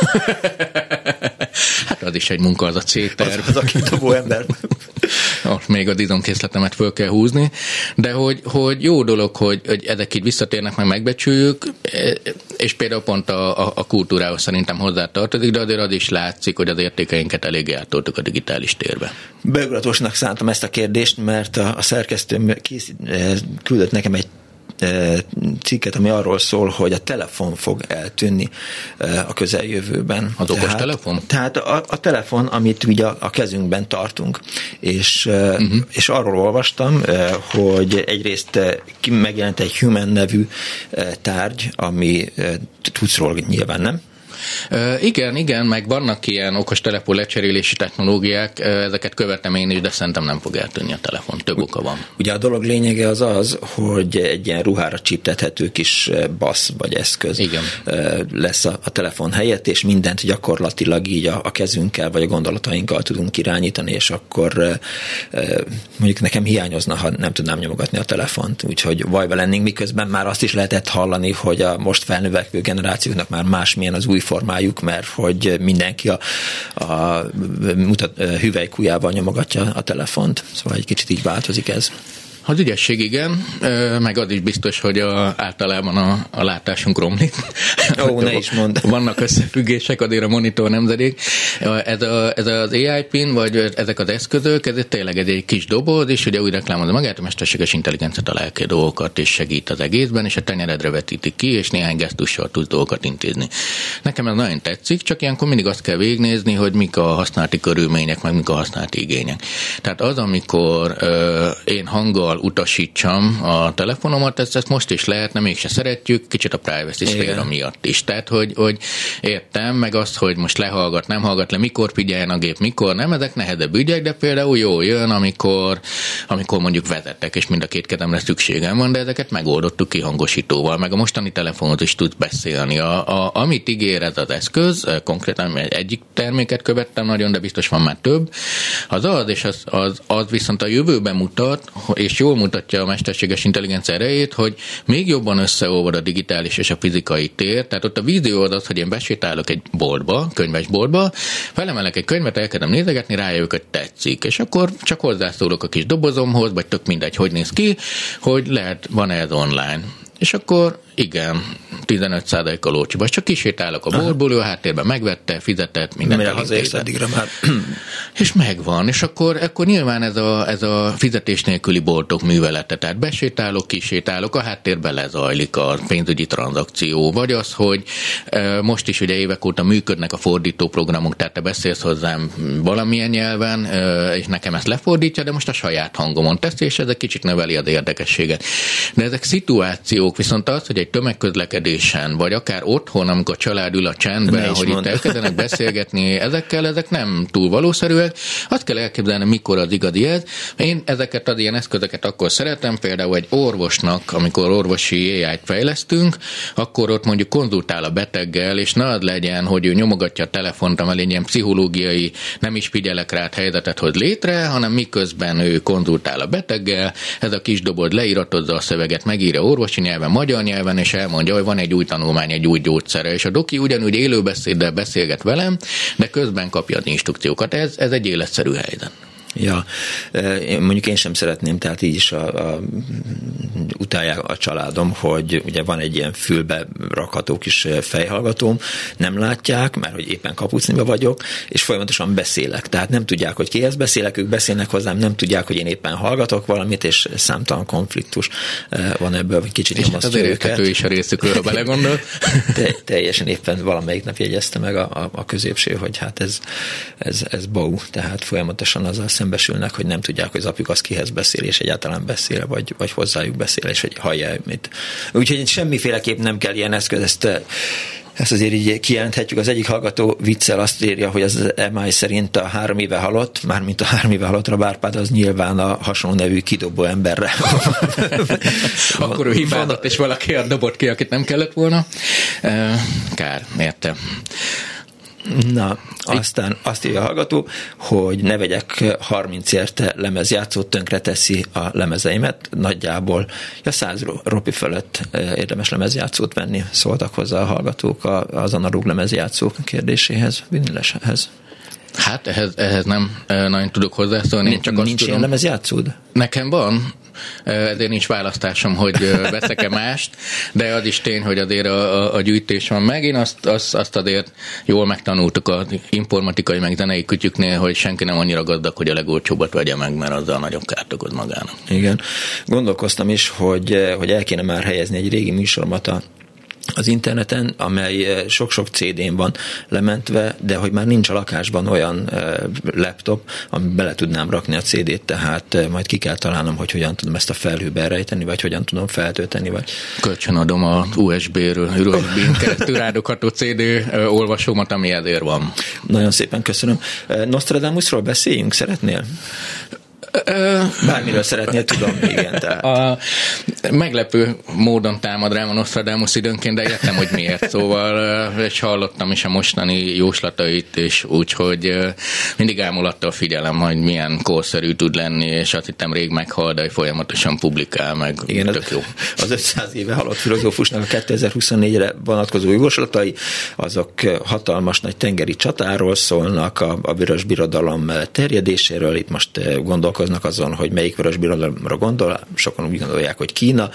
Hát az is egy munka, az a C-terv. Az, az a kidobó ember. Ott még a izomkészletemet föl kell húzni, de hogy, hogy jó dolog, hogy, hogy ezek így visszatérnek, meg megbecsüljük, és például pont a, a, a kultúrához szerintem hozzátartozik, de azért az is látszik, hogy az értékeinket eléggé áttoltuk a digitális térbe. Beugratósnak szántam ezt a kérdést, mert a, a szerkesztőm készít, küldött nekem egy cikket, ami arról szól, hogy a telefon fog eltűnni a közeljövőben. Az okos telefon? Tehát a, a telefon, amit ugye a, a kezünkben tartunk. És, uh-huh. és arról olvastam, hogy egyrészt megjelent egy Human nevű tárgy, ami tudsz nyilván nem. Uh, igen, igen, meg vannak ilyen okos telefon lecserélési technológiák, uh, ezeket követem én is, de szerintem nem fog eltűnni a telefon, több oka van. Ugye a dolog lényege az az, hogy egy ilyen ruhára csíptethető kis basz vagy eszköz igen. lesz a, a telefon helyett, és mindent gyakorlatilag így a, a kezünkkel vagy a gondolatainkkal tudunk irányítani, és akkor mondjuk nekem hiányozna, ha nem tudnám nyomogatni a telefont, úgyhogy bajba lennénk, miközben már azt is lehetett hallani, hogy a most felnövekvő generációknak már másmilyen az új formájuk, mert hogy mindenki a, a mutat, hüvelykujjával nyomogatja a telefont. Szóval egy kicsit így változik ez. Az ügyesség igen, meg az is biztos, hogy a, általában a, a látásunk romlik. Ó, ne is mondd. Vannak összefüggések, azért a monitor nemzedék. Ez, a, ez az á i pin, vagy ezek az eszközök, ez tényleg egy kis doboz, és ugye úgy reklámozza magát, a mesterséges intelligencia talál ki dolgokat, és segít az egészben, és a tenyeredre vetítik ki, és néhány gesztussal tudsz dolgokat intézni. Nekem ez nagyon tetszik, csak ilyenkor mindig azt kell végignézni, hogy mik a használati körülmények, meg mik a használati igények. Tehát az, amikor ö, én hanggal utasítsam a telefonomat, ezt, ezt most is lehetne, mégse szeretjük, kicsit a privacy szféra miatt is. Tehát, hogy, hogy értem, meg azt, hogy most lehallgat, nem hallgat le, mikor figyeljen a gép, mikor nem, ezek nehezebb ügyek, de például jó jön, amikor, amikor mondjuk vezetek, és mind a két kezemre szükségem van, de ezeket megoldottuk kihangosítóval, meg a mostani telefonot is tud beszélni. A, a, amit ígér ez az eszköz, konkrétan egyik terméket követtem nagyon, de biztos van már több, az az, és az, az, az viszont a jövőben mutat, és jól mutatja a mesterséges intelligencia erejét, hogy még jobban összeolvad a digitális és a fizikai tér. Tehát ott a vízió az az, hogy én besétálok egy boltba, könyvesboltba, felemelek egy könyvet, elkezdem nézegetni, rájövök, hogy tetszik. És akkor csak hozzászólok a kis dobozomhoz, vagy tök mindegy, hogy néz ki, hogy lehet, van ez online. És akkor igen, tizenöt százalékkal olcsóbb. Csak kisétálok a boltból, ő a háttérben megvette, fizetett, mindent elintézett. Már. És megvan. És akkor, akkor nyilván ez a, ez a fizetés nélküli boltok művelete. Tehát besétálok, kisétálok, a háttérben lezajlik a pénzügyi tranzakció. Vagy az, hogy e, most is ugye évek óta működnek a fordító programok, tehát te beszélsz hozzám valamilyen nyelven, e, és nekem ezt lefordítja, de most a saját hangomon teszi, és ez egy kicsit növeli az érdekességet. De ezek szituációk, viszont az, hogy egy tömegközlekedésen, vagy akár otthon, amikor a család ül a csendben, hogy itt elkezdenek beszélgetni ezekkel, ezek nem túl valószerűek. Azt kell elképzelni, mikor az igazi ez. Én ezeket az ilyen eszközöket akkor szeretem, például egy orvosnak, amikor orvosi á i-t fejlesztünk, akkor ott mondjuk konzultál a beteggel, és ne az legyen, hogy ő nyomogatja a telefont, amely egy ilyen pszichológiai, nem is figyelek rá helyzetet hoz létre, hanem miközben ő konzultál a beteggel, ez a kis doboz leíratozza a szöveget, megírja orvosi nyelven, magyar nyelven, és elmondja, hogy van egy új tanulmány, egy új gyógyszere, és a doki ugyanúgy élőbeszéddel beszélget velem, de közben kapja az instrukciókat. Ez, ez egy életszerű helyzet. Ja, mondjuk én sem szeretném, tehát így is a, a, utálják a családom, hogy ugye van egy ilyen fülbe rakható kis fejhallgatóm, nem látják, mert hogy éppen kapucniba vagyok, és folyamatosan beszélek. Tehát nem tudják, hogy kihez beszélek, ők beszélnek hozzám, nem tudják, hogy én éppen hallgatok valamit, és számtalan konfliktus van ebből, hogy kicsit nyomasztja őket. És is a részükről, ha belegondol. Te, teljesen éppen valamelyik nap jegyezte meg a, a, a középső, hogy hát ez, ez, ez bau, tehát folyamatosan azzal szembesülnek, hogy nem tudják, hogy az apjuk az kihez beszél, és egyáltalán beszél, vagy, vagy hozzájuk beszél, és hogy hallja mit. Úgyhogy semmiféleképp nem kell ilyen eszköz, ezt, ezt azért így kijelenthetjük. Az egyik hallgató viccel azt írja, hogy az em i szerint a három éve halott, mármint a három éve halottra Bárpád, az nyilván a hasonló nevű kidobó emberre. Akkor ő hibázott, és valaki a dobott ki, akit nem kellett volna. Kár, értem. Na, aztán azt írja a hallgató, hogy ne vegyek harmincért lemezjátszót, tönkre teszi a lemezeimet, nagyjából ja, száz ropi fölött érdemes lemezjátszót venni, szóltak hozzá a hallgatók az analóg lemezjátszók kérdéséhez, vinileshez. Hát ehhez, ehhez nem nagyon tudok hozzászólni. Nincs, csak azt nincs tudom, ilyen lemezjátszód? Nekem van, ezért nincs választásom, hogy veszek-e mást, de az is tény, hogy azért a, a, a gyűjtés van meg. Én azt, azt, azt azért jól megtanultuk az informatikai meg zenei kütyüknél, hogy senki nem annyira gazdag, hogy a legolcsóbbat vegye meg, mert azzal nagyobb kárt okoz magának. Igen. Gondolkoztam is, hogy, hogy el kéne már helyezni egy régi műsoromat a az interneten, amely sok-sok cé dén van lementve, de hogy már nincs a lakásban olyan laptop, amiben bele tudnám rakni a cé dét, tehát majd ki kell találnom, hogy hogyan tudom ezt a felhőbe rejteni, vagy hogyan tudom feltölteni. Vagy... Kölcsönadom a u es bé-ről, u es bén keresztül rádogható cé dé olvasómat, ami ezért van. Nagyon szépen köszönöm. Nostradamusról beszéljünk, szeretnél? Bármiről szeretnél, tudom, igen. Tehát. A meglepő módon támad rám a Nostradamus időnként, de értem, hogy miért. Szóval, és hallottam is a mostani jóslatait, és úgyhogy mindig elmulatta a figyelem, hogy milyen korszerű tud lenni, és azt hittem rég meghal, de folyamatosan publikál meg. Igen, tök jó. Az ötszáz éve halott filozófusnak a kétezer-huszonnégyre vonatkozó jóslatai, azok hatalmas nagy tengeri csatáról szólnak, a, a vörös birodalom terjedéséről, itt most gondolkoznak azon, hogy melyik vörös birodalomra gondol, sokan úgy gondolják, hogy Kína.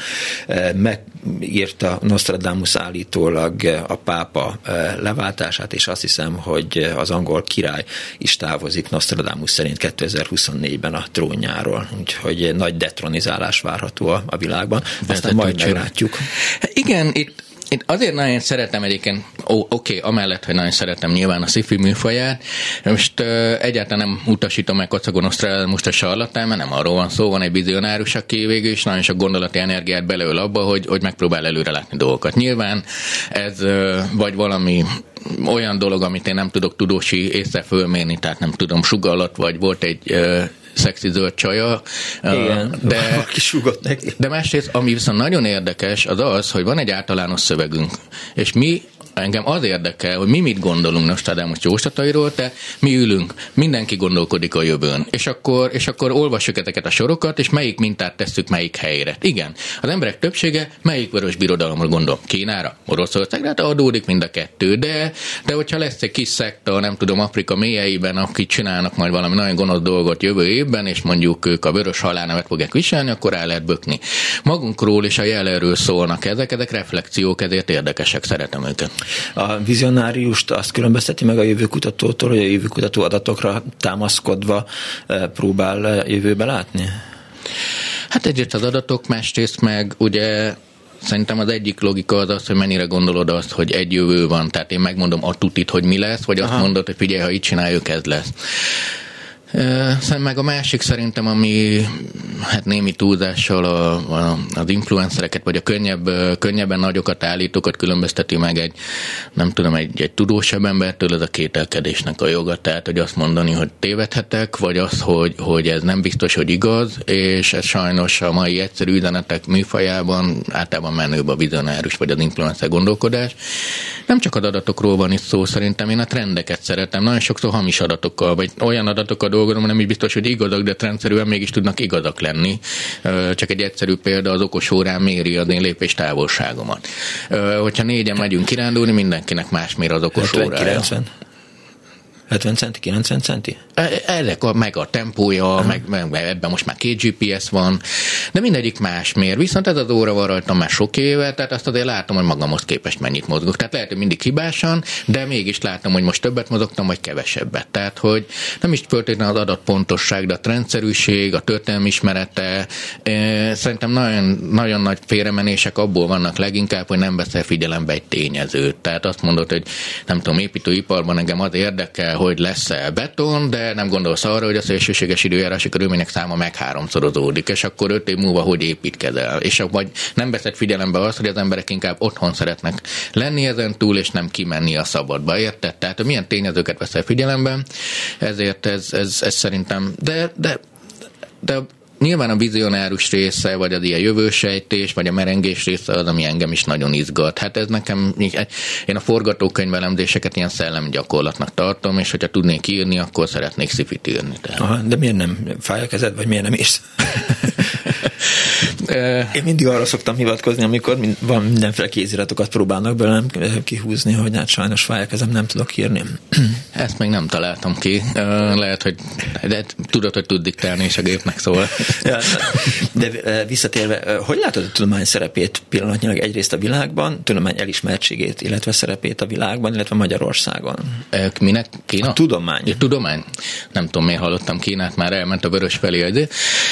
Megírta Nostradamus állítólag a pápa leváltását, és azt hiszem, hogy az angol király is távozik Nostradamus szerint kétezer-huszonnégyben a trónjáról, úgyhogy nagy detronizálás várható a, a világban. Aztán majd meglátjuk. Igen, itt Én azért nagyon szeretem egyébként, ó, oké, amellett, hogy nagyon szeretem nyilván a sci-fi műfaját, most uh, egyáltalán nem utasítom meg kocagon Nostradamus a sarlatán, mert nem arról van szó, van egy vizionárus, aki végül is nagyon sok gondolati energiát belőle abba, hogy, hogy megpróbál előre látni dolgokat. Nyilván ez uh, vagy valami olyan dolog, amit én nem tudok tudósi észre fölmérni, tehát nem tudom, sugallat, vagy volt egy uh, szexi zöld csaja. Igen, de, neki. de másrészt, ami viszont nagyon érdekes, az az, hogy van egy általános szövegünk, és mi engem az érdekel, hogy mi mit gondolunk Nostradamus jóslatairól, de mi ülünk, mindenki gondolkodik a jövőn. És akkor, és akkor olvassuk ezeket a sorokat, és melyik mintát tesszük melyik helyre. Igen, az emberek többsége melyik vörös birodalomra gondol? Kínára? Oroszországra? Hát adódik mind a kettő, de, de hogyha lesz egy kis szekta, nem tudom, Afrika mélyeiben, akik csinálnak majd valami nagyon gonosz dolgot jövő évben, és mondjuk ők a vörös halálnevet fogják viselni, akkor el lehet bökni. Magunkról és a jelenről szólnak ezek, ezek reflexiók, ezért érdekesek, szeretem őket. A vizionáriust azt különbözteti meg a jövőkutatótól, hogy a jövőkutató adatokra támaszkodva próbál jövőbe látni? Hát egyrészt az adatok, másrészt meg ugye szerintem az egyik logika az az, hogy mennyire gondolod azt, hogy egy jövő van, tehát én megmondom a tutit, hogy mi lesz, vagy azt Aha. mondod, hogy figyelj, ha így csináljuk, ez lesz. Szerintem meg a másik szerintem, ami hát némi túlzással a, a, az influencereket, vagy a könnyebb, könnyebben nagyokat állítókat különbözteti meg egy, nem tudom, egy, egy tudósabb embertől, ez a kételkedésnek a joga. Tehát, hogy azt mondani, hogy tévedhetek, vagy az, hogy, hogy ez nem biztos, hogy igaz, és ez sajnos a mai egyszerű üzenetek műfajában általában menőbb a vizionárus, vagy az influencer gondolkodás. Nem csak az adatokról van itt szó, szerintem én a trendeket szeretem. Nagyon sokszor hamis adatokkal, vagy olyan adatokkal dolgozom, nem így biztos, hogy igazak, de rendszerűen mégis tudnak igazak lenni. Csak egy egyszerű példa, az okos órán méri az én lépés távolságomat. Hogyha négyen megyünk kirándulni, mindenkinek más mér az okos órája. kilencven hetven centi, kilencven centi? Ezek a, meg a tempója, meg, meg ebben most már két gé pé es van, de mindegyik más mér. Viszont ez az óra van rajtam már sok éve, tehát azt azért látom, hogy magamhoz képest mennyit mozgok. Tehát lehet, hogy mindig hibásan, de mégis látom, hogy most többet mozogtam, vagy kevesebbet. Tehát, hogy nem is feltétlenül az adatpontosság, de a rendszerűség, a történelmi ismerete, szerintem nagyon, nagyon nagy félremenések abból vannak leginkább, hogy nem veszel figyelembe egy tényezőt. Tehát azt mondod, hogy nem tudom, építőiparban engem az érdekel, hogy lesz-e beton, de nem gondolsz arra, hogy a szélsőséges időjárási körülmények száma meg háromszorozódik, és akkor öt év múlva hogy építkezel. És vagy nem veszed figyelembe azt, hogy az emberek inkább otthon szeretnek lenni ezen túl, és nem kimenni a szabadba, érted? Tehát, hogy milyen tényezőket veszel figyelembe, ezért ez, ez, ez szerintem, de, de, de nyilván a vizionárus része, vagy az ilyen jövősejtés, vagy a merengés része az, ami engem is nagyon izgat. Hát ez nekem, én a forgatókönyvelemzéseket ilyen szellemi gyakorlatnak tartom, és hogyha tudnék írni, akkor szeretnék szifit írni. Aha, de miért nem fáj a kezed, vagy miért nem írsz? Én mindig arra szoktam hivatkozni, amikor van mindenféle kéziratokat próbálnak belőlem kihúzni, hogy hát sajnos fájlkezem, nem tudok írni. Ezt még nem találtam ki. Lehet, hogy de tudod, hogy tud diktálni, és a gépnek szól. Ja, de visszatérve, hogy látod a tudomány szerepét pillanatnyilag egyrészt a világban, tudomány elismertségét, illetve szerepét a világban, illetve Magyarországon? Minek? Kína? A tudomány. A tudomány? Nem tudom, miért hallottam Kínát, már elment a vörös felé.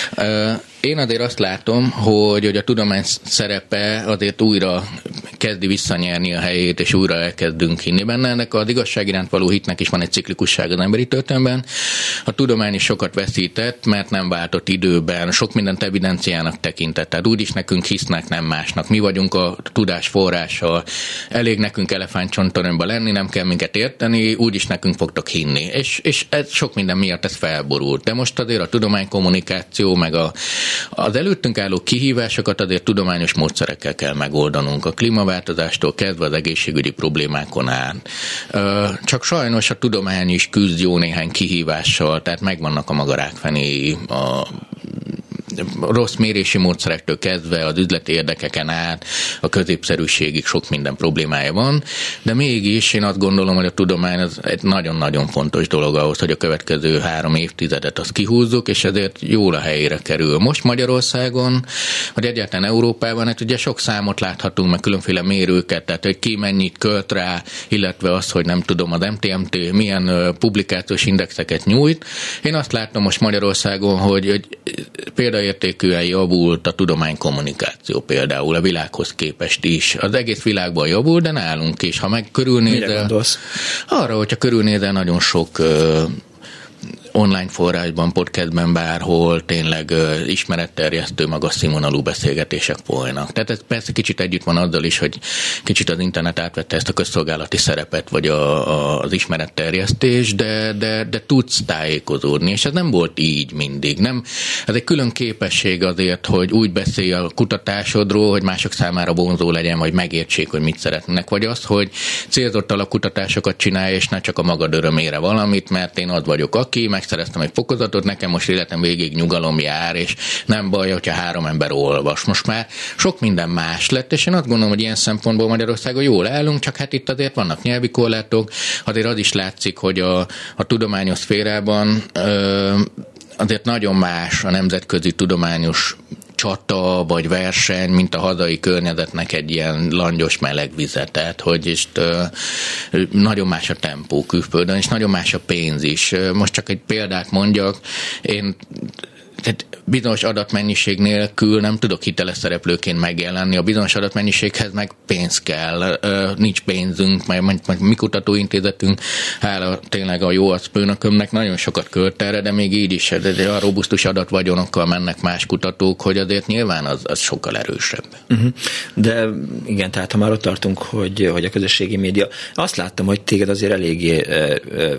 Én azért azt látom, hogy, hogy a tudomány szerepe azért újra kezdi visszanyerni a helyét, és újra elkezdünk hinni benne. Ennek az igazság iránt való hitnek is van egy ciklikusság az emberi történelemben. A tudomány is sokat veszített, mert nem váltott időben, sok mindent evidenciának tekintett. Tehát úgyis nekünk hisznek, nem másnak. Mi vagyunk a tudás forrása, elég nekünk elefántcsontoronyban lenni, nem kell minket érteni, úgyis nekünk fogtok hinni. És, és ez sok minden miatt ez felborult. De most azért a tudománykommunikáció, meg a Az előttünk álló kihívásokat azért tudományos módszerekkel kell megoldanunk. A klímaváltozástól kezdve az egészségügyi problémákon át. Csak sajnos a tudomány is küzd jó néhány kihívással, tehát megvannak a maga rákfenéi, a rossz mérési módszerektől kezdve az üzleti érdekeken át a középszerűségig sok minden problémája van, de mégis én azt gondolom, hogy a tudomány az egy nagyon-nagyon fontos dolog ahhoz, hogy a következő három évtizedet azt kihúzzuk, és ezért jól a helyére kerül. Most Magyarországon, vagy egyáltalán Európában, hát ugye sok számot láthatunk, meg különféle mérőket, tehát hogy ki mennyit költ rá, illetve az, hogy nem tudom, az em té em té milyen publikációs indexeket nyújt. Én azt látom most Magyarországon, hogy, hogy példaértékűen javult a tudománykommunikáció például a világhoz képest is. Az egész világban javul, de nálunk is. Ha meg körülnézel... Arra, hogyha körülnézel, nagyon sok uh, online forrásban, podcastben, bárhol tényleg uh, ismeretterjesztő, magas színvonalú beszélgetések folynak. Tehát ez persze kicsit együtt van azzal is, hogy kicsit az internet átvette ezt a közszolgálati szerepet, vagy a, a, az ismeretterjesztés, de, de, de tudsz tájékozódni, és ez nem volt így mindig. Nem, ez egy külön képesség azért, hogy úgy beszélj a kutatásodról, hogy mások számára vonzó legyen, vagy megértsék, hogy mit szeretnének, vagy az, hogy célzottan a kutatásokat csinálj, és ne csak a magad örömére valamit, mert én az vagyok, aki megszereztem egy fokozatot, nekem most életem végig nyugalom jár, és nem baj, hogyha három ember olvas. Most már sok minden más lett, és én azt gondolom, hogy ilyen szempontból Magyarországon jól állunk, csak hát itt azért vannak nyelvi korlátok, azért az is látszik, hogy a, a tudományos szférában ö, azért nagyon más a nemzetközi tudományos csata vagy verseny, mint a hazai környezetnek egy ilyen langyos meleg vizet. Tehát, hogy is ö, nagyon más a tempó külföldön, és nagyon más a pénz is. Most csak egy példát mondjak, én tehát bizonyos adatmennyiség nélkül nem tudok hiteles szereplőként megjelenni. A bizonyos adatmennyiséghez meg pénz kell. Nincs pénzünk, meg, meg mi kutatóintézetünk, hála tényleg a jó arcfőnökömnek nagyon sokat költ erre, de még így is a robusztus adatvagyonokkal mennek más kutatók, hogy azért nyilván az, az sokkal erősebb. Uh-huh. De igen, tehát ha már ott tartunk, hogy, hogy a közösségi média, azt láttam, hogy téged azért eléggé ö, ö,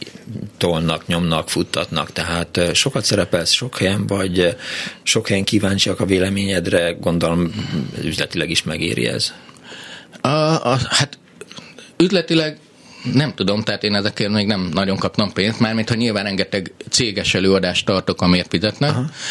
tolnak, nyomnak, futtatnak, tehát sokat szerepelsz sok helyen, vagy sok helyen kíváncsiak a véleményedre, gondolom üzletileg is megéri ez. A, a, hát üzletileg nem tudom, tehát én ezekért még nem nagyon kaptam pénzt, mármint, hogy nyilván rengeteg céges előadást tartok, amiért fizetnek,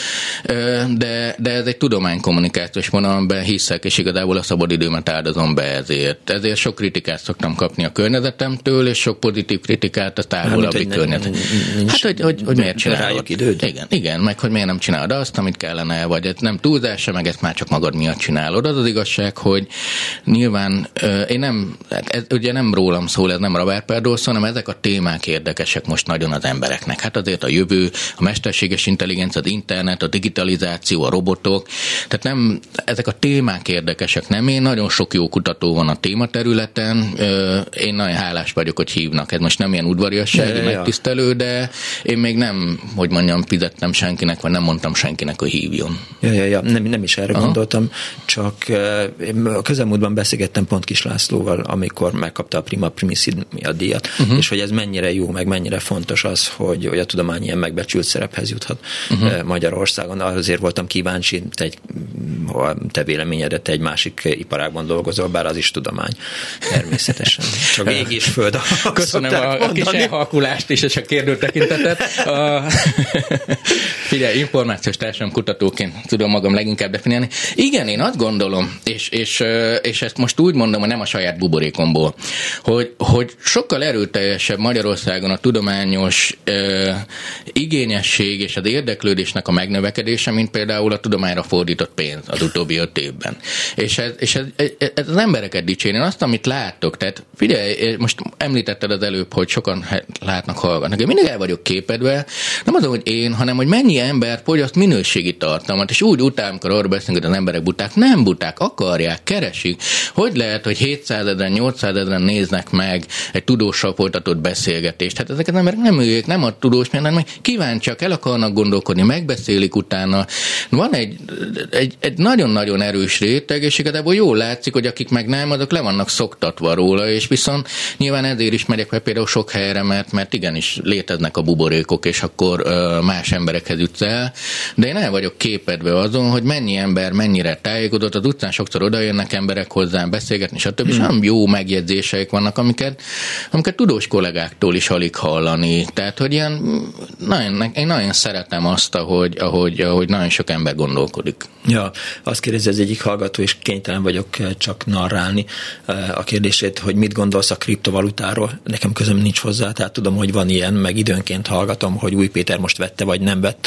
de, de ez egy tudománykommunikációs vonalban hiszek, és igazából a szabadidőmet áldozom be ezért. Ezért sok kritikát szoktam kapni a környezetemtől, és sok pozitív kritikát a távolabbi környezet. Hát, hogy, hogy, hogy miért csinálod? Időd? Igen, igen, meg hogy miért nem csinálod azt, amit kellene, vagy ez nem túlzás, meg ezt már csak magad miatt csinálod. Az az igazság, hogy nyilván én nem, ez ugye nem rólam szól, ez nem Robert szó, hanem ezek a témák érdekesek most nagyon az embereknek. Hát azért a jövő, a mesterséges intelligencia, az internet, a digitalizáció, a robotok, tehát nem, ezek a témák érdekesek, nem én, nagyon sok jó kutató van a tématerületen, én nagyon hálás vagyok, hogy hívnak. Ez most nem ilyen udvariassági ja, megtisztelő, de én még nem, hogy mondjam, fizettem senkinek, vagy nem mondtam senkinek, hogy hívjon. Ja, ja, ja. Nem, nem is erre Aha. gondoltam, csak a közelmúltban beszélgettem pont Kis Lászlóval, amikor megkapta a Prima Primicid mi a díjat, uh-huh. és hogy ez mennyire jó, meg mennyire fontos az, hogy, hogy a tudomány ilyen megbecsült szerephez juthat uh-huh. Magyarországon. Azért voltam kíváncsi, te, egy, te véleményedet, te egy másik iparágban dolgozol, bár az is tudomány, természetesen. Csak ég és föld. Köszönöm a, a kis elhalkulást és a kérdő tekintetet. A... Figyelj, információs társadalom kutatóként tudom magam leginkább definiálni. Igen, én azt gondolom, és, és, és ezt most úgy mondom, hogy nem a saját buborékomból, hogy, hogy sokkal erőteljesebb Magyarországon a tudományos ö, igényesség és az érdeklődésnek a megnövekedése, mint például a tudományra fordított pénz az utóbbi öt évben. És ez, és ez, ez az embereket dicséri. Azt, amit látok, tehát figyelj, most említetted az előbb, hogy sokan látnak, hallgatnak. Én mindig el vagyok képedve, nem az, hogy én, hanem hogy mennyi ember fogyaszt minőségi tartalmat, és úgy után, amikor arról beszélünk, hogy az emberek buták, nem buták, akarják, keresik. Hogy lehet, hogy hétszázezren, nyolcszázezren néznek meg egy tudóssal folytatott beszélgetést? Hát ezek az emberek nem üljék, nem a tudós, hanem kíváncsiak, el akarnak gondolkodni, megbeszélik utána. Van egy, egy, egy nagyon-nagyon erős réteg, és igazából jól látszik, hogy akik meg nem, azok le vannak szoktatva róla, és viszont nyilván ezért is megyek például sok helyre, mert, mert igenis léteznek a buborékok, és akkor ö, más emberekhez jutsz el. De én el vagyok képedve azon, hogy mennyi ember mennyire tájékozott, az utcán sokszor odajönnek emberek hozzám beszélgetni, stb. És nem jó megjegyzéseik vannak, amiket, amiket tudós kollégáktól is alig hallani. Tehát, hogy ilyen, nagyon, én nagyon szeretem azt, ahogy, ahogy, ahogy nagyon sok ember gondolkodik. Ja, azt kérdezi az egyik hallgató, és kénytelen vagyok csak narrálni a kérdését, hogy mit gondolsz a kriptovalutáról. Nekem közöm nincs hozzá, tehát tudom, hogy van ilyen, meg időnként hallgatom, hogy Új Péter most vette, vagy nem vett,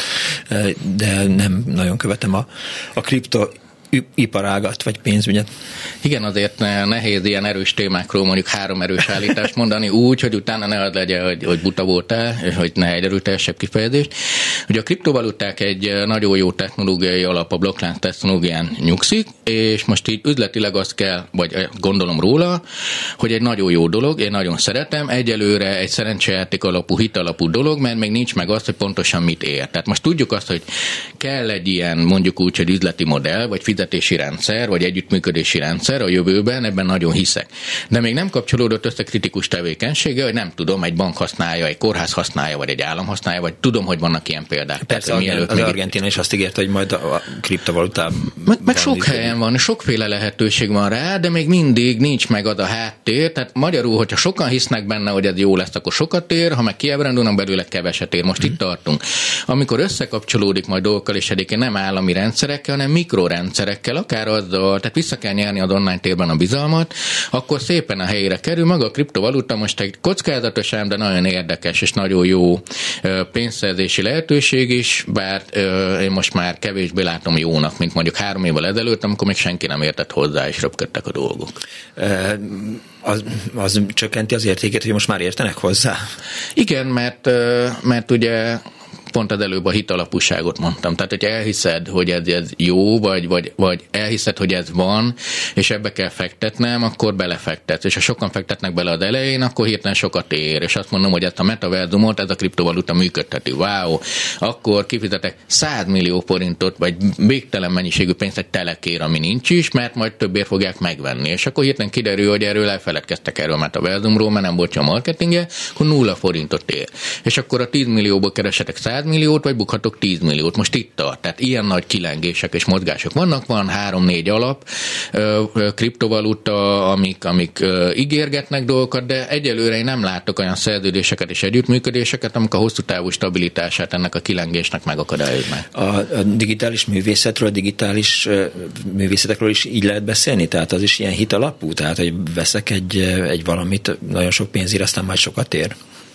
de nem nagyon követem a, a kripto iparágat, vagy pénzügyet. Igen, azért nehéz ilyen erős témákról mondjuk három erős állítást mondani úgy, hogy utána ne az legyen, hogy, hogy buta voltál, hogy ne egy erőteljesebb kifejezést. Ugye a kriptovaluták egy nagyon jó technológiai alap, a blokklánc technológián nyugszik, és most így üzletileg azt kell, vagy gondolom róla, hogy egy nagyon jó dolog, én nagyon szeretem, egyelőre egy szerencsejáték alapú, hit alapú dolog, mert még nincs meg az, hogy pontosan mit ér. Tehát most tudjuk azt, hogy kell egy ilyen, mondjuk úgy, hogy üzleti modell, vagy fizetési rendszer, vagy együttműködési rendszer a jövőben, ebben nagyon hiszek. De még nem kapcsolódott össze kritikus tevékenysége, hogy nem tudom, egy bank használja, egy kórház használja, vagy egy állam használja, vagy tudom, hogy vannak ilyen példák. Persze, tehát, mielőtt az Argentina is azt ígérte, hogy majd a kriptovalutában. Meg, meg sok helyen van, sokféle lehetőség van rá, de még mindig nincs meg az a háttér. Tehát magyarul, hogyha sokan hisznek benne, hogy ez jó lesz, akkor sokat ér, ha meg kiábrándulnak belőle, keveset ér. Most mm. itt tartunk. Amikor összekapcsolódik majd dolgokkal, és egyébként nem állami rendszerekkel, hanem mikrorendszerekkel, akár azzal, tehát vissza kell nyerni az online térben a bizalmat, akkor szépen a helyére kerül. Maga a kriptovaluta most egy kockázatos ám, de nagyon érdekes és nagyon jó pénzszerzési lehetőség is, bár én most már kevésbé látom jónak, mint mondjuk három évvel ezelőtt, amikor még senki nem értett hozzá, és röpködtek a dolgok. E, az, az csökkenti az értékét, hogy most már értenek hozzá? Igen, mert, mert ugye pont az előbb a hitalapúságot mondtam. Tehát, hogy elhiszed, hogy ez, ez jó, vagy, vagy, vagy elhiszed, hogy ez van, és ebbe kell fektetnem, akkor belefektetsz. És ha sokan fektetnek bele az elején, akkor hirtelen sokat ér. És azt mondom, hogy ezt a metaverzumot, ez a kriptovaluta működteti. Wow! Akkor kifizetek száz millió forintot, vagy végtelen mennyiségű pénzt egy telekér, ami nincs is, mert majd többért fogják megvenni. És akkor hirtelen kiderül, hogy erről elfeledkeztek erről a metaverzumról, mert nem volt a marketingje, akkor nulla forintot ér. És akkor a tíz millióból keresetek száz milliót, vagy bukhatok tíz milliót. Most itt tart. Tehát ilyen nagy kilengések és mozgások vannak. Van három-négy alap ö, ö, kriptovaluta, amik, amik ö, ígérgetnek dolgokat, de egyelőre én nem látok olyan szerződéseket és együttműködéseket, amik a hosszú távú stabilitását ennek a kilengésnek megakadályoznák. A, a digitális művészetről, a digitális uh, művészetekről is így lehet beszélni? Tehát az is ilyen hitalapú? Tehát, hogy veszek egy, egy valamit, nagyon sok pénzért, aztán majd sokat ér?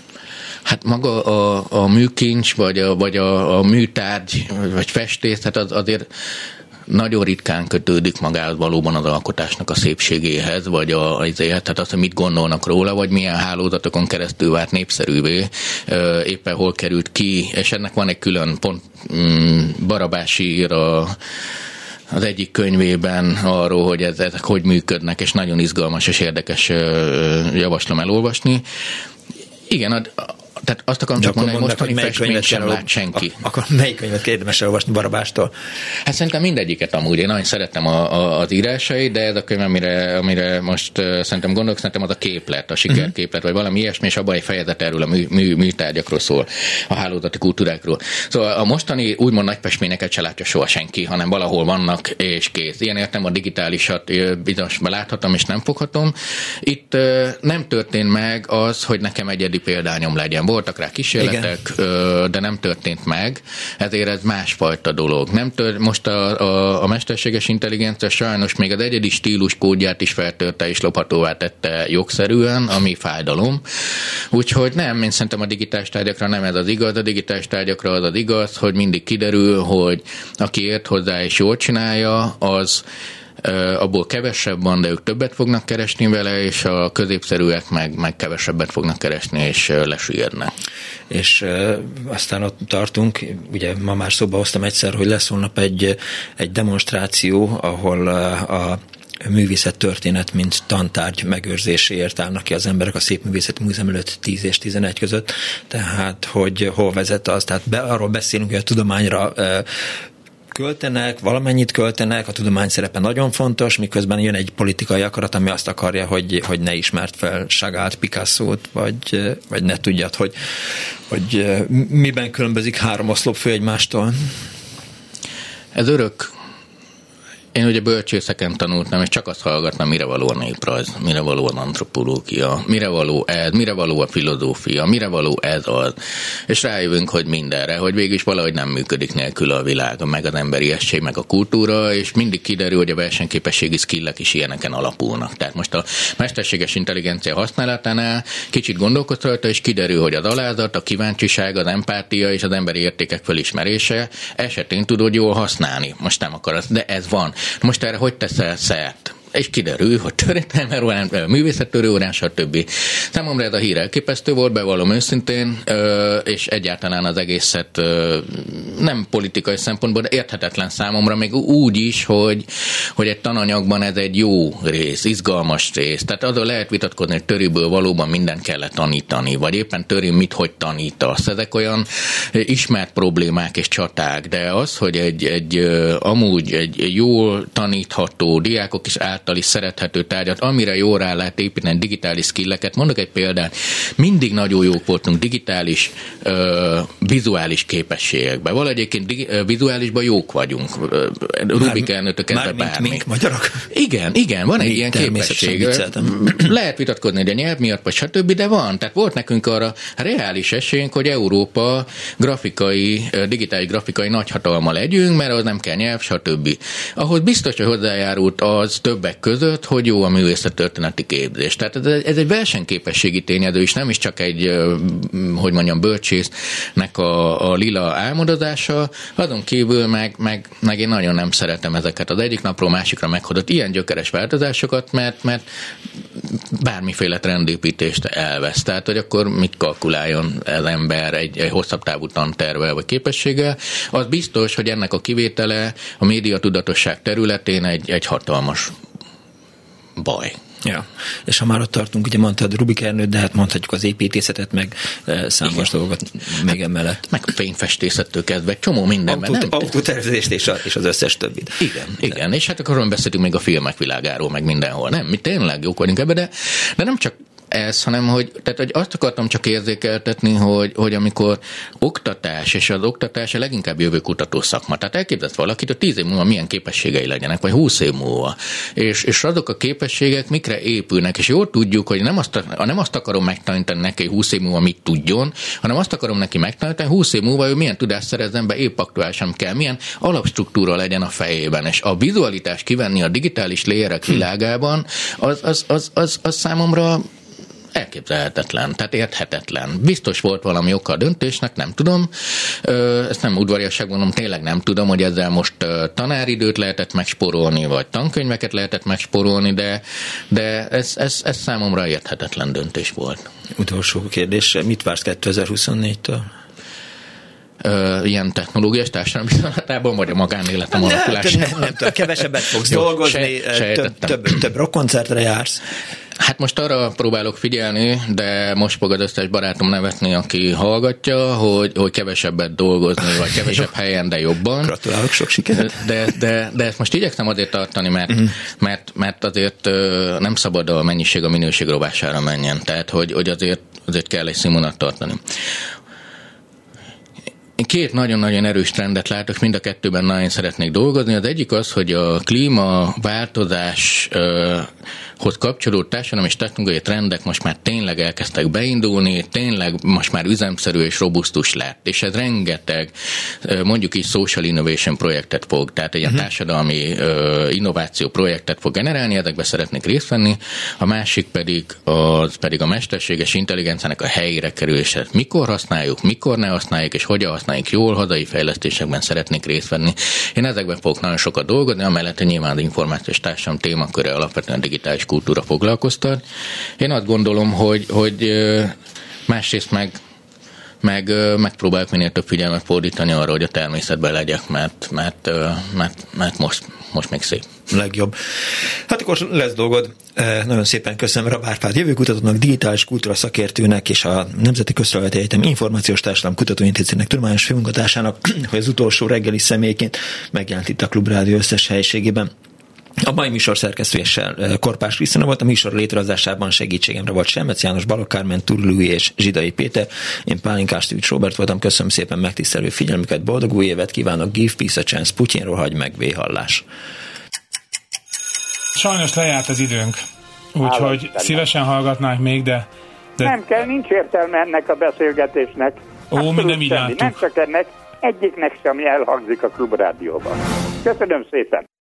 Hát maga a, a műkincs, vagy a, vagy a, a műtárgy, vagy festés, tehát az azért nagyon ritkán kötődik magához valóban az alkotásnak a szépségéhez, vagy a, az élet, tehát azt, hogy mit gondolnak róla, vagy milyen hálózatokon keresztül vált népszerűvé, éppen hol került ki, és ennek van egy külön pont, Barabási ír a az egyik könyvében arról, hogy ez, ezek hogy működnek, és nagyon izgalmas és érdekes, javaslom elolvasni. Igen, a, Tehát azt akarom csak mondani, hogy mostani festményt sem lát senki. Akkor melyik könyvet érdemes elolvasni Barabástól? Hát szerintem mindegyiket amúgy. Én nagyon szerettem a, a, az írásait, de ez a könyv, amire, amire most uh, szerintem gondolok, szerintem az a képlet, a sikerképlet, uh-huh. vagy valami ilyesmi, és abban egy fejezet erről a mű, mű, műtárgyakról szól, a hálózati kultúrákról. Szóval a mostani úgymond nagy festményeket se látja soha senki, hanem valahol vannak, és kész. Ilyen értem a digitálisat bizonyosban láthatom, és nem foghatom. Itt uh, nem történt meg az, hogy nekem egyedi példányom legyen. Voltak rá kísérletek, igen. de nem történt meg, ezért ez másfajta dolog. Nem tört, most a, a, a mesterséges intelligencia sajnos még az egyedi stílus kódját is feltörte és lophatóvá tette jogszerűen, ami fájdalom. Úgyhogy nem, én szerintem a digitális tárgyakra nem ez az igaz, a digitális tárgyakra az az igaz, hogy mindig kiderül, hogy aki ért hozzá és jól csinálja, az abból kevesebb van, de ők többet fognak keresni vele, és a középszerűek meg, meg kevesebbet fognak keresni, és lesüllyednek. És e, aztán ott tartunk, ugye ma már szóba hoztam egyszer, hogy lesz holnap egy, egy demonstráció, ahol a, a művészet történet, mint tantárgy megőrzéséért állnak ki az emberek a Szépművészeti Múzeum előtt tíz és tizenegy között, tehát hogy hol vezet az, tehát be, arról beszélünk, hogy a tudományra e, költenek, valamennyit költenek, a tudomány szerepe nagyon fontos, miközben jön egy politikai akarat, ami azt akarja, hogy, hogy ne ismert fel Chagall-t, Picasso-t, vagy, vagy ne tudjad, hogy, hogy miben különbözik három oszlopfő egymástól. Ez örök. Én ugye bölcsészeken tanultam, és csak azt hallgattam, mire való a néprajz, mire való az antropológia, mire való ez, mire való a filozófia, mire való ez az. És rájövünk, hogy mindenre, hogy végülis valahogy nem működik nélkül a világ, meg az emberiesség, meg a kultúra, és mindig kiderül, hogy a versenyképességi skillek is ilyeneken alapulnak. Tehát most a mesterséges intelligencia használatánál kicsit gondolkodható, és kiderül, hogy az alázat, a kíváncsiság, az empátia és az emberi értékek felismerése esetén tudod jól használni. Most nem akarsz, de ez van. Most erre hogy teszel szert? És kiderül, hogy történelmi órán, művészettörő órán, stb. Számomra ez a hír elképesztő volt, bevallom őszintén, és egyáltalán az egészet nem politikai szempontból, de érthetetlen számomra, még úgy is, hogy, hogy egy tananyagban ez egy jó rész, izgalmas rész. Tehát azon lehet vitatkozni, hogy töriből valóban mindent kellett tanítani, vagy éppen töri mit, hogy tanítasz. Ezek olyan ismert problémák és csaták, de az, hogy egy, egy amúgy egy jól tanítható, diákok is által is szerethető tárgyat, amire jól rá lehet építeni digitális skilleket. Mondok egy példát, mindig nagyon jók voltunk digitális, uh, vizuális képességekben. Valahogy dig- vizuálisban jók vagyunk. Rubik elnőtől kezdve bármi. Mink magyarok? Igen, igen, van egy Mi ilyen képesség. Lehet vitatkozni, de nyelv miatt, vagy stb., de van. Tehát volt nekünk arra reális esélyünk, hogy Európa grafikai, digitális grafikai nagyhatalma legyünk, mert az nem kell nyelv, stb. Ahhoz biztos, hogy hozzájárult az többek között, hogy jó a művészettörténeti képzés. Tehát ez, ez egy versenyképességi tényező is, nem is csak egy, hogy mondjam, bölcsésznek a, a lila álmodozása, azon kívül meg, meg, meg én nagyon nem szeretem ezeket az egyik napról másikra meghozott ilyen gyökeres változásokat, mert, mert bármiféle trendépítést elvesz. Tehát, hogy akkor mit kalkuláljon az ember egy, egy hosszabb távú tantervel vagy képességgel, az biztos, hogy ennek a kivétele a médiatudatosság területén egy, egy hatalmas baj. Ja, és ha már ott tartunk, ugye mondtad Rubik Ernőt, de hát mondhatjuk az építészetet, meg e, számos igen. dolgot még emellett. Meg fényfestészettől kezdve, csomó mindenben. Autó, autótervezést és, és az összes többit. Igen, de. igen, és hát akkor beszéltünk még a filmek világáról, meg mindenhol. Nem, mi tényleg jók vagyunk ebbe, de, de nem csak ez, hanem hogy, tehát, hogy azt akartam csak érzékeltetni, hogy, hogy amikor oktatás, és az oktatás a leginkább jövőkutató szakma, tehát elképzelsz valakit, hogy tíz év múlva milyen képességei legyenek, vagy húsz év múlva, és, és azok a képességek mikre épülnek, és jól tudjuk, hogy nem azt, nem azt akarom megtanítani neki, hogy húsz év múlva mit tudjon, hanem azt akarom neki megtanítani, húsz év múlva ő milyen tudást szerezzen be, épp aktuálisan kell, milyen alapstruktúra legyen a fejében, és a vizualitást kivenni a digitális layerek világában, az, az, az, az, az számomra elképzelhetetlen, tehát érthetetlen. Biztos volt valami oka a döntésnek, nem tudom. Ezt nem udvariasság mondom, tényleg nem tudom, hogy ezzel most tanáridőt lehetett megspórolni, vagy tankönyveket lehetett megspórolni, de, de ez, ez, ez számomra érthetetlen döntés volt. Utolsó kérdés, mit vársz kétezer-huszonnégytől? Uh, ilyen technológiás társadalmi viszonylatában, vagy a magánéletem alakulásában? Nem, nem, nem tudom, kevesebbet fogsz dolgozni, több, több, több rockkoncertre jársz. Hát most arra próbálok figyelni, de most fog az összes barátom nevetni, aki hallgatja, hogy, hogy kevesebbet dolgozni, vagy kevesebb helyen, de jobban. Gratulálok, sok sikert. De, de, de ezt most igyekszem azért tartani, mert, uh-huh. mert, mert azért nem szabad a mennyiség a minőség rovására menjen. Tehát, hogy, hogy azért, azért kell egy színvonalat tartani. Én két nagyon-nagyon erős trendet látok, mind a kettőben nagyon szeretnék dolgozni. Az egyik az, hogy a klímaváltozáshoz kapcsolódó társadalmi és technológiai trendek most már tényleg elkezdtek beindulni, tényleg most már üzemszerű és robusztus lett. És ez rengeteg, mondjuk így social innovation projektet fog, tehát egy ilyen uh-huh. társadalmi innováció projektet fog generálni, ezekbe szeretnék részt venni. A másik pedig, az pedig a mesterséges intelligenciának a helyére kerülése. Mikor használjuk, mikor ne használjuk, és hogyan használjuk jól, hazai fejlesztésekben szeretnék részt venni. Én ezekben fogok nagyon sokat dolgozni, amellett nyilván az információs társadalom témaköre alapvetően digitális kultúra foglalkoztat. Én azt gondolom, hogy, hogy másrészt meg, meg megpróbálok minél több figyelmet fordítani arra, hogy a természetben legyek, mert, mert, mert, mert most, most még szép. Legjobb. Hát akkor lesz dolgod. Nagyon szépen köszönöm Rab Árpád jövőkutatónak, digitális kultúra szakértőnek és a Nemzeti Közszolgálati Egyetem Információs Társadalom Kutatóintézetének tudományos főmunkatársának, hogy az utolsó reggeli személyként megjelent itt a Klubrádió összes helyiségében. A mai műsor szerkesztőjéssel Korpás Krisztina volt, a műsor létrehozásában segítségemre volt Selmec János, Balogh Kármen, Turlui és Zsidai Péter. Én Pálinkás Tűcs Róbert voltam, köszönöm szépen megtisztelő figyelmüket, boldog új évet kívánok, give peace a chance, Putyinról hagy meg, véhallás. Sajnos lejárt az időnk, úgyhogy szívesen hallgatnánk még, de, de... Nem kell, nincs értelme ennek a beszélgetésnek. Ó, mi nem így láttuk. Nem csak ennek, egyiknek sem elhangzik a Klubrádióban. Köszönöm szépen.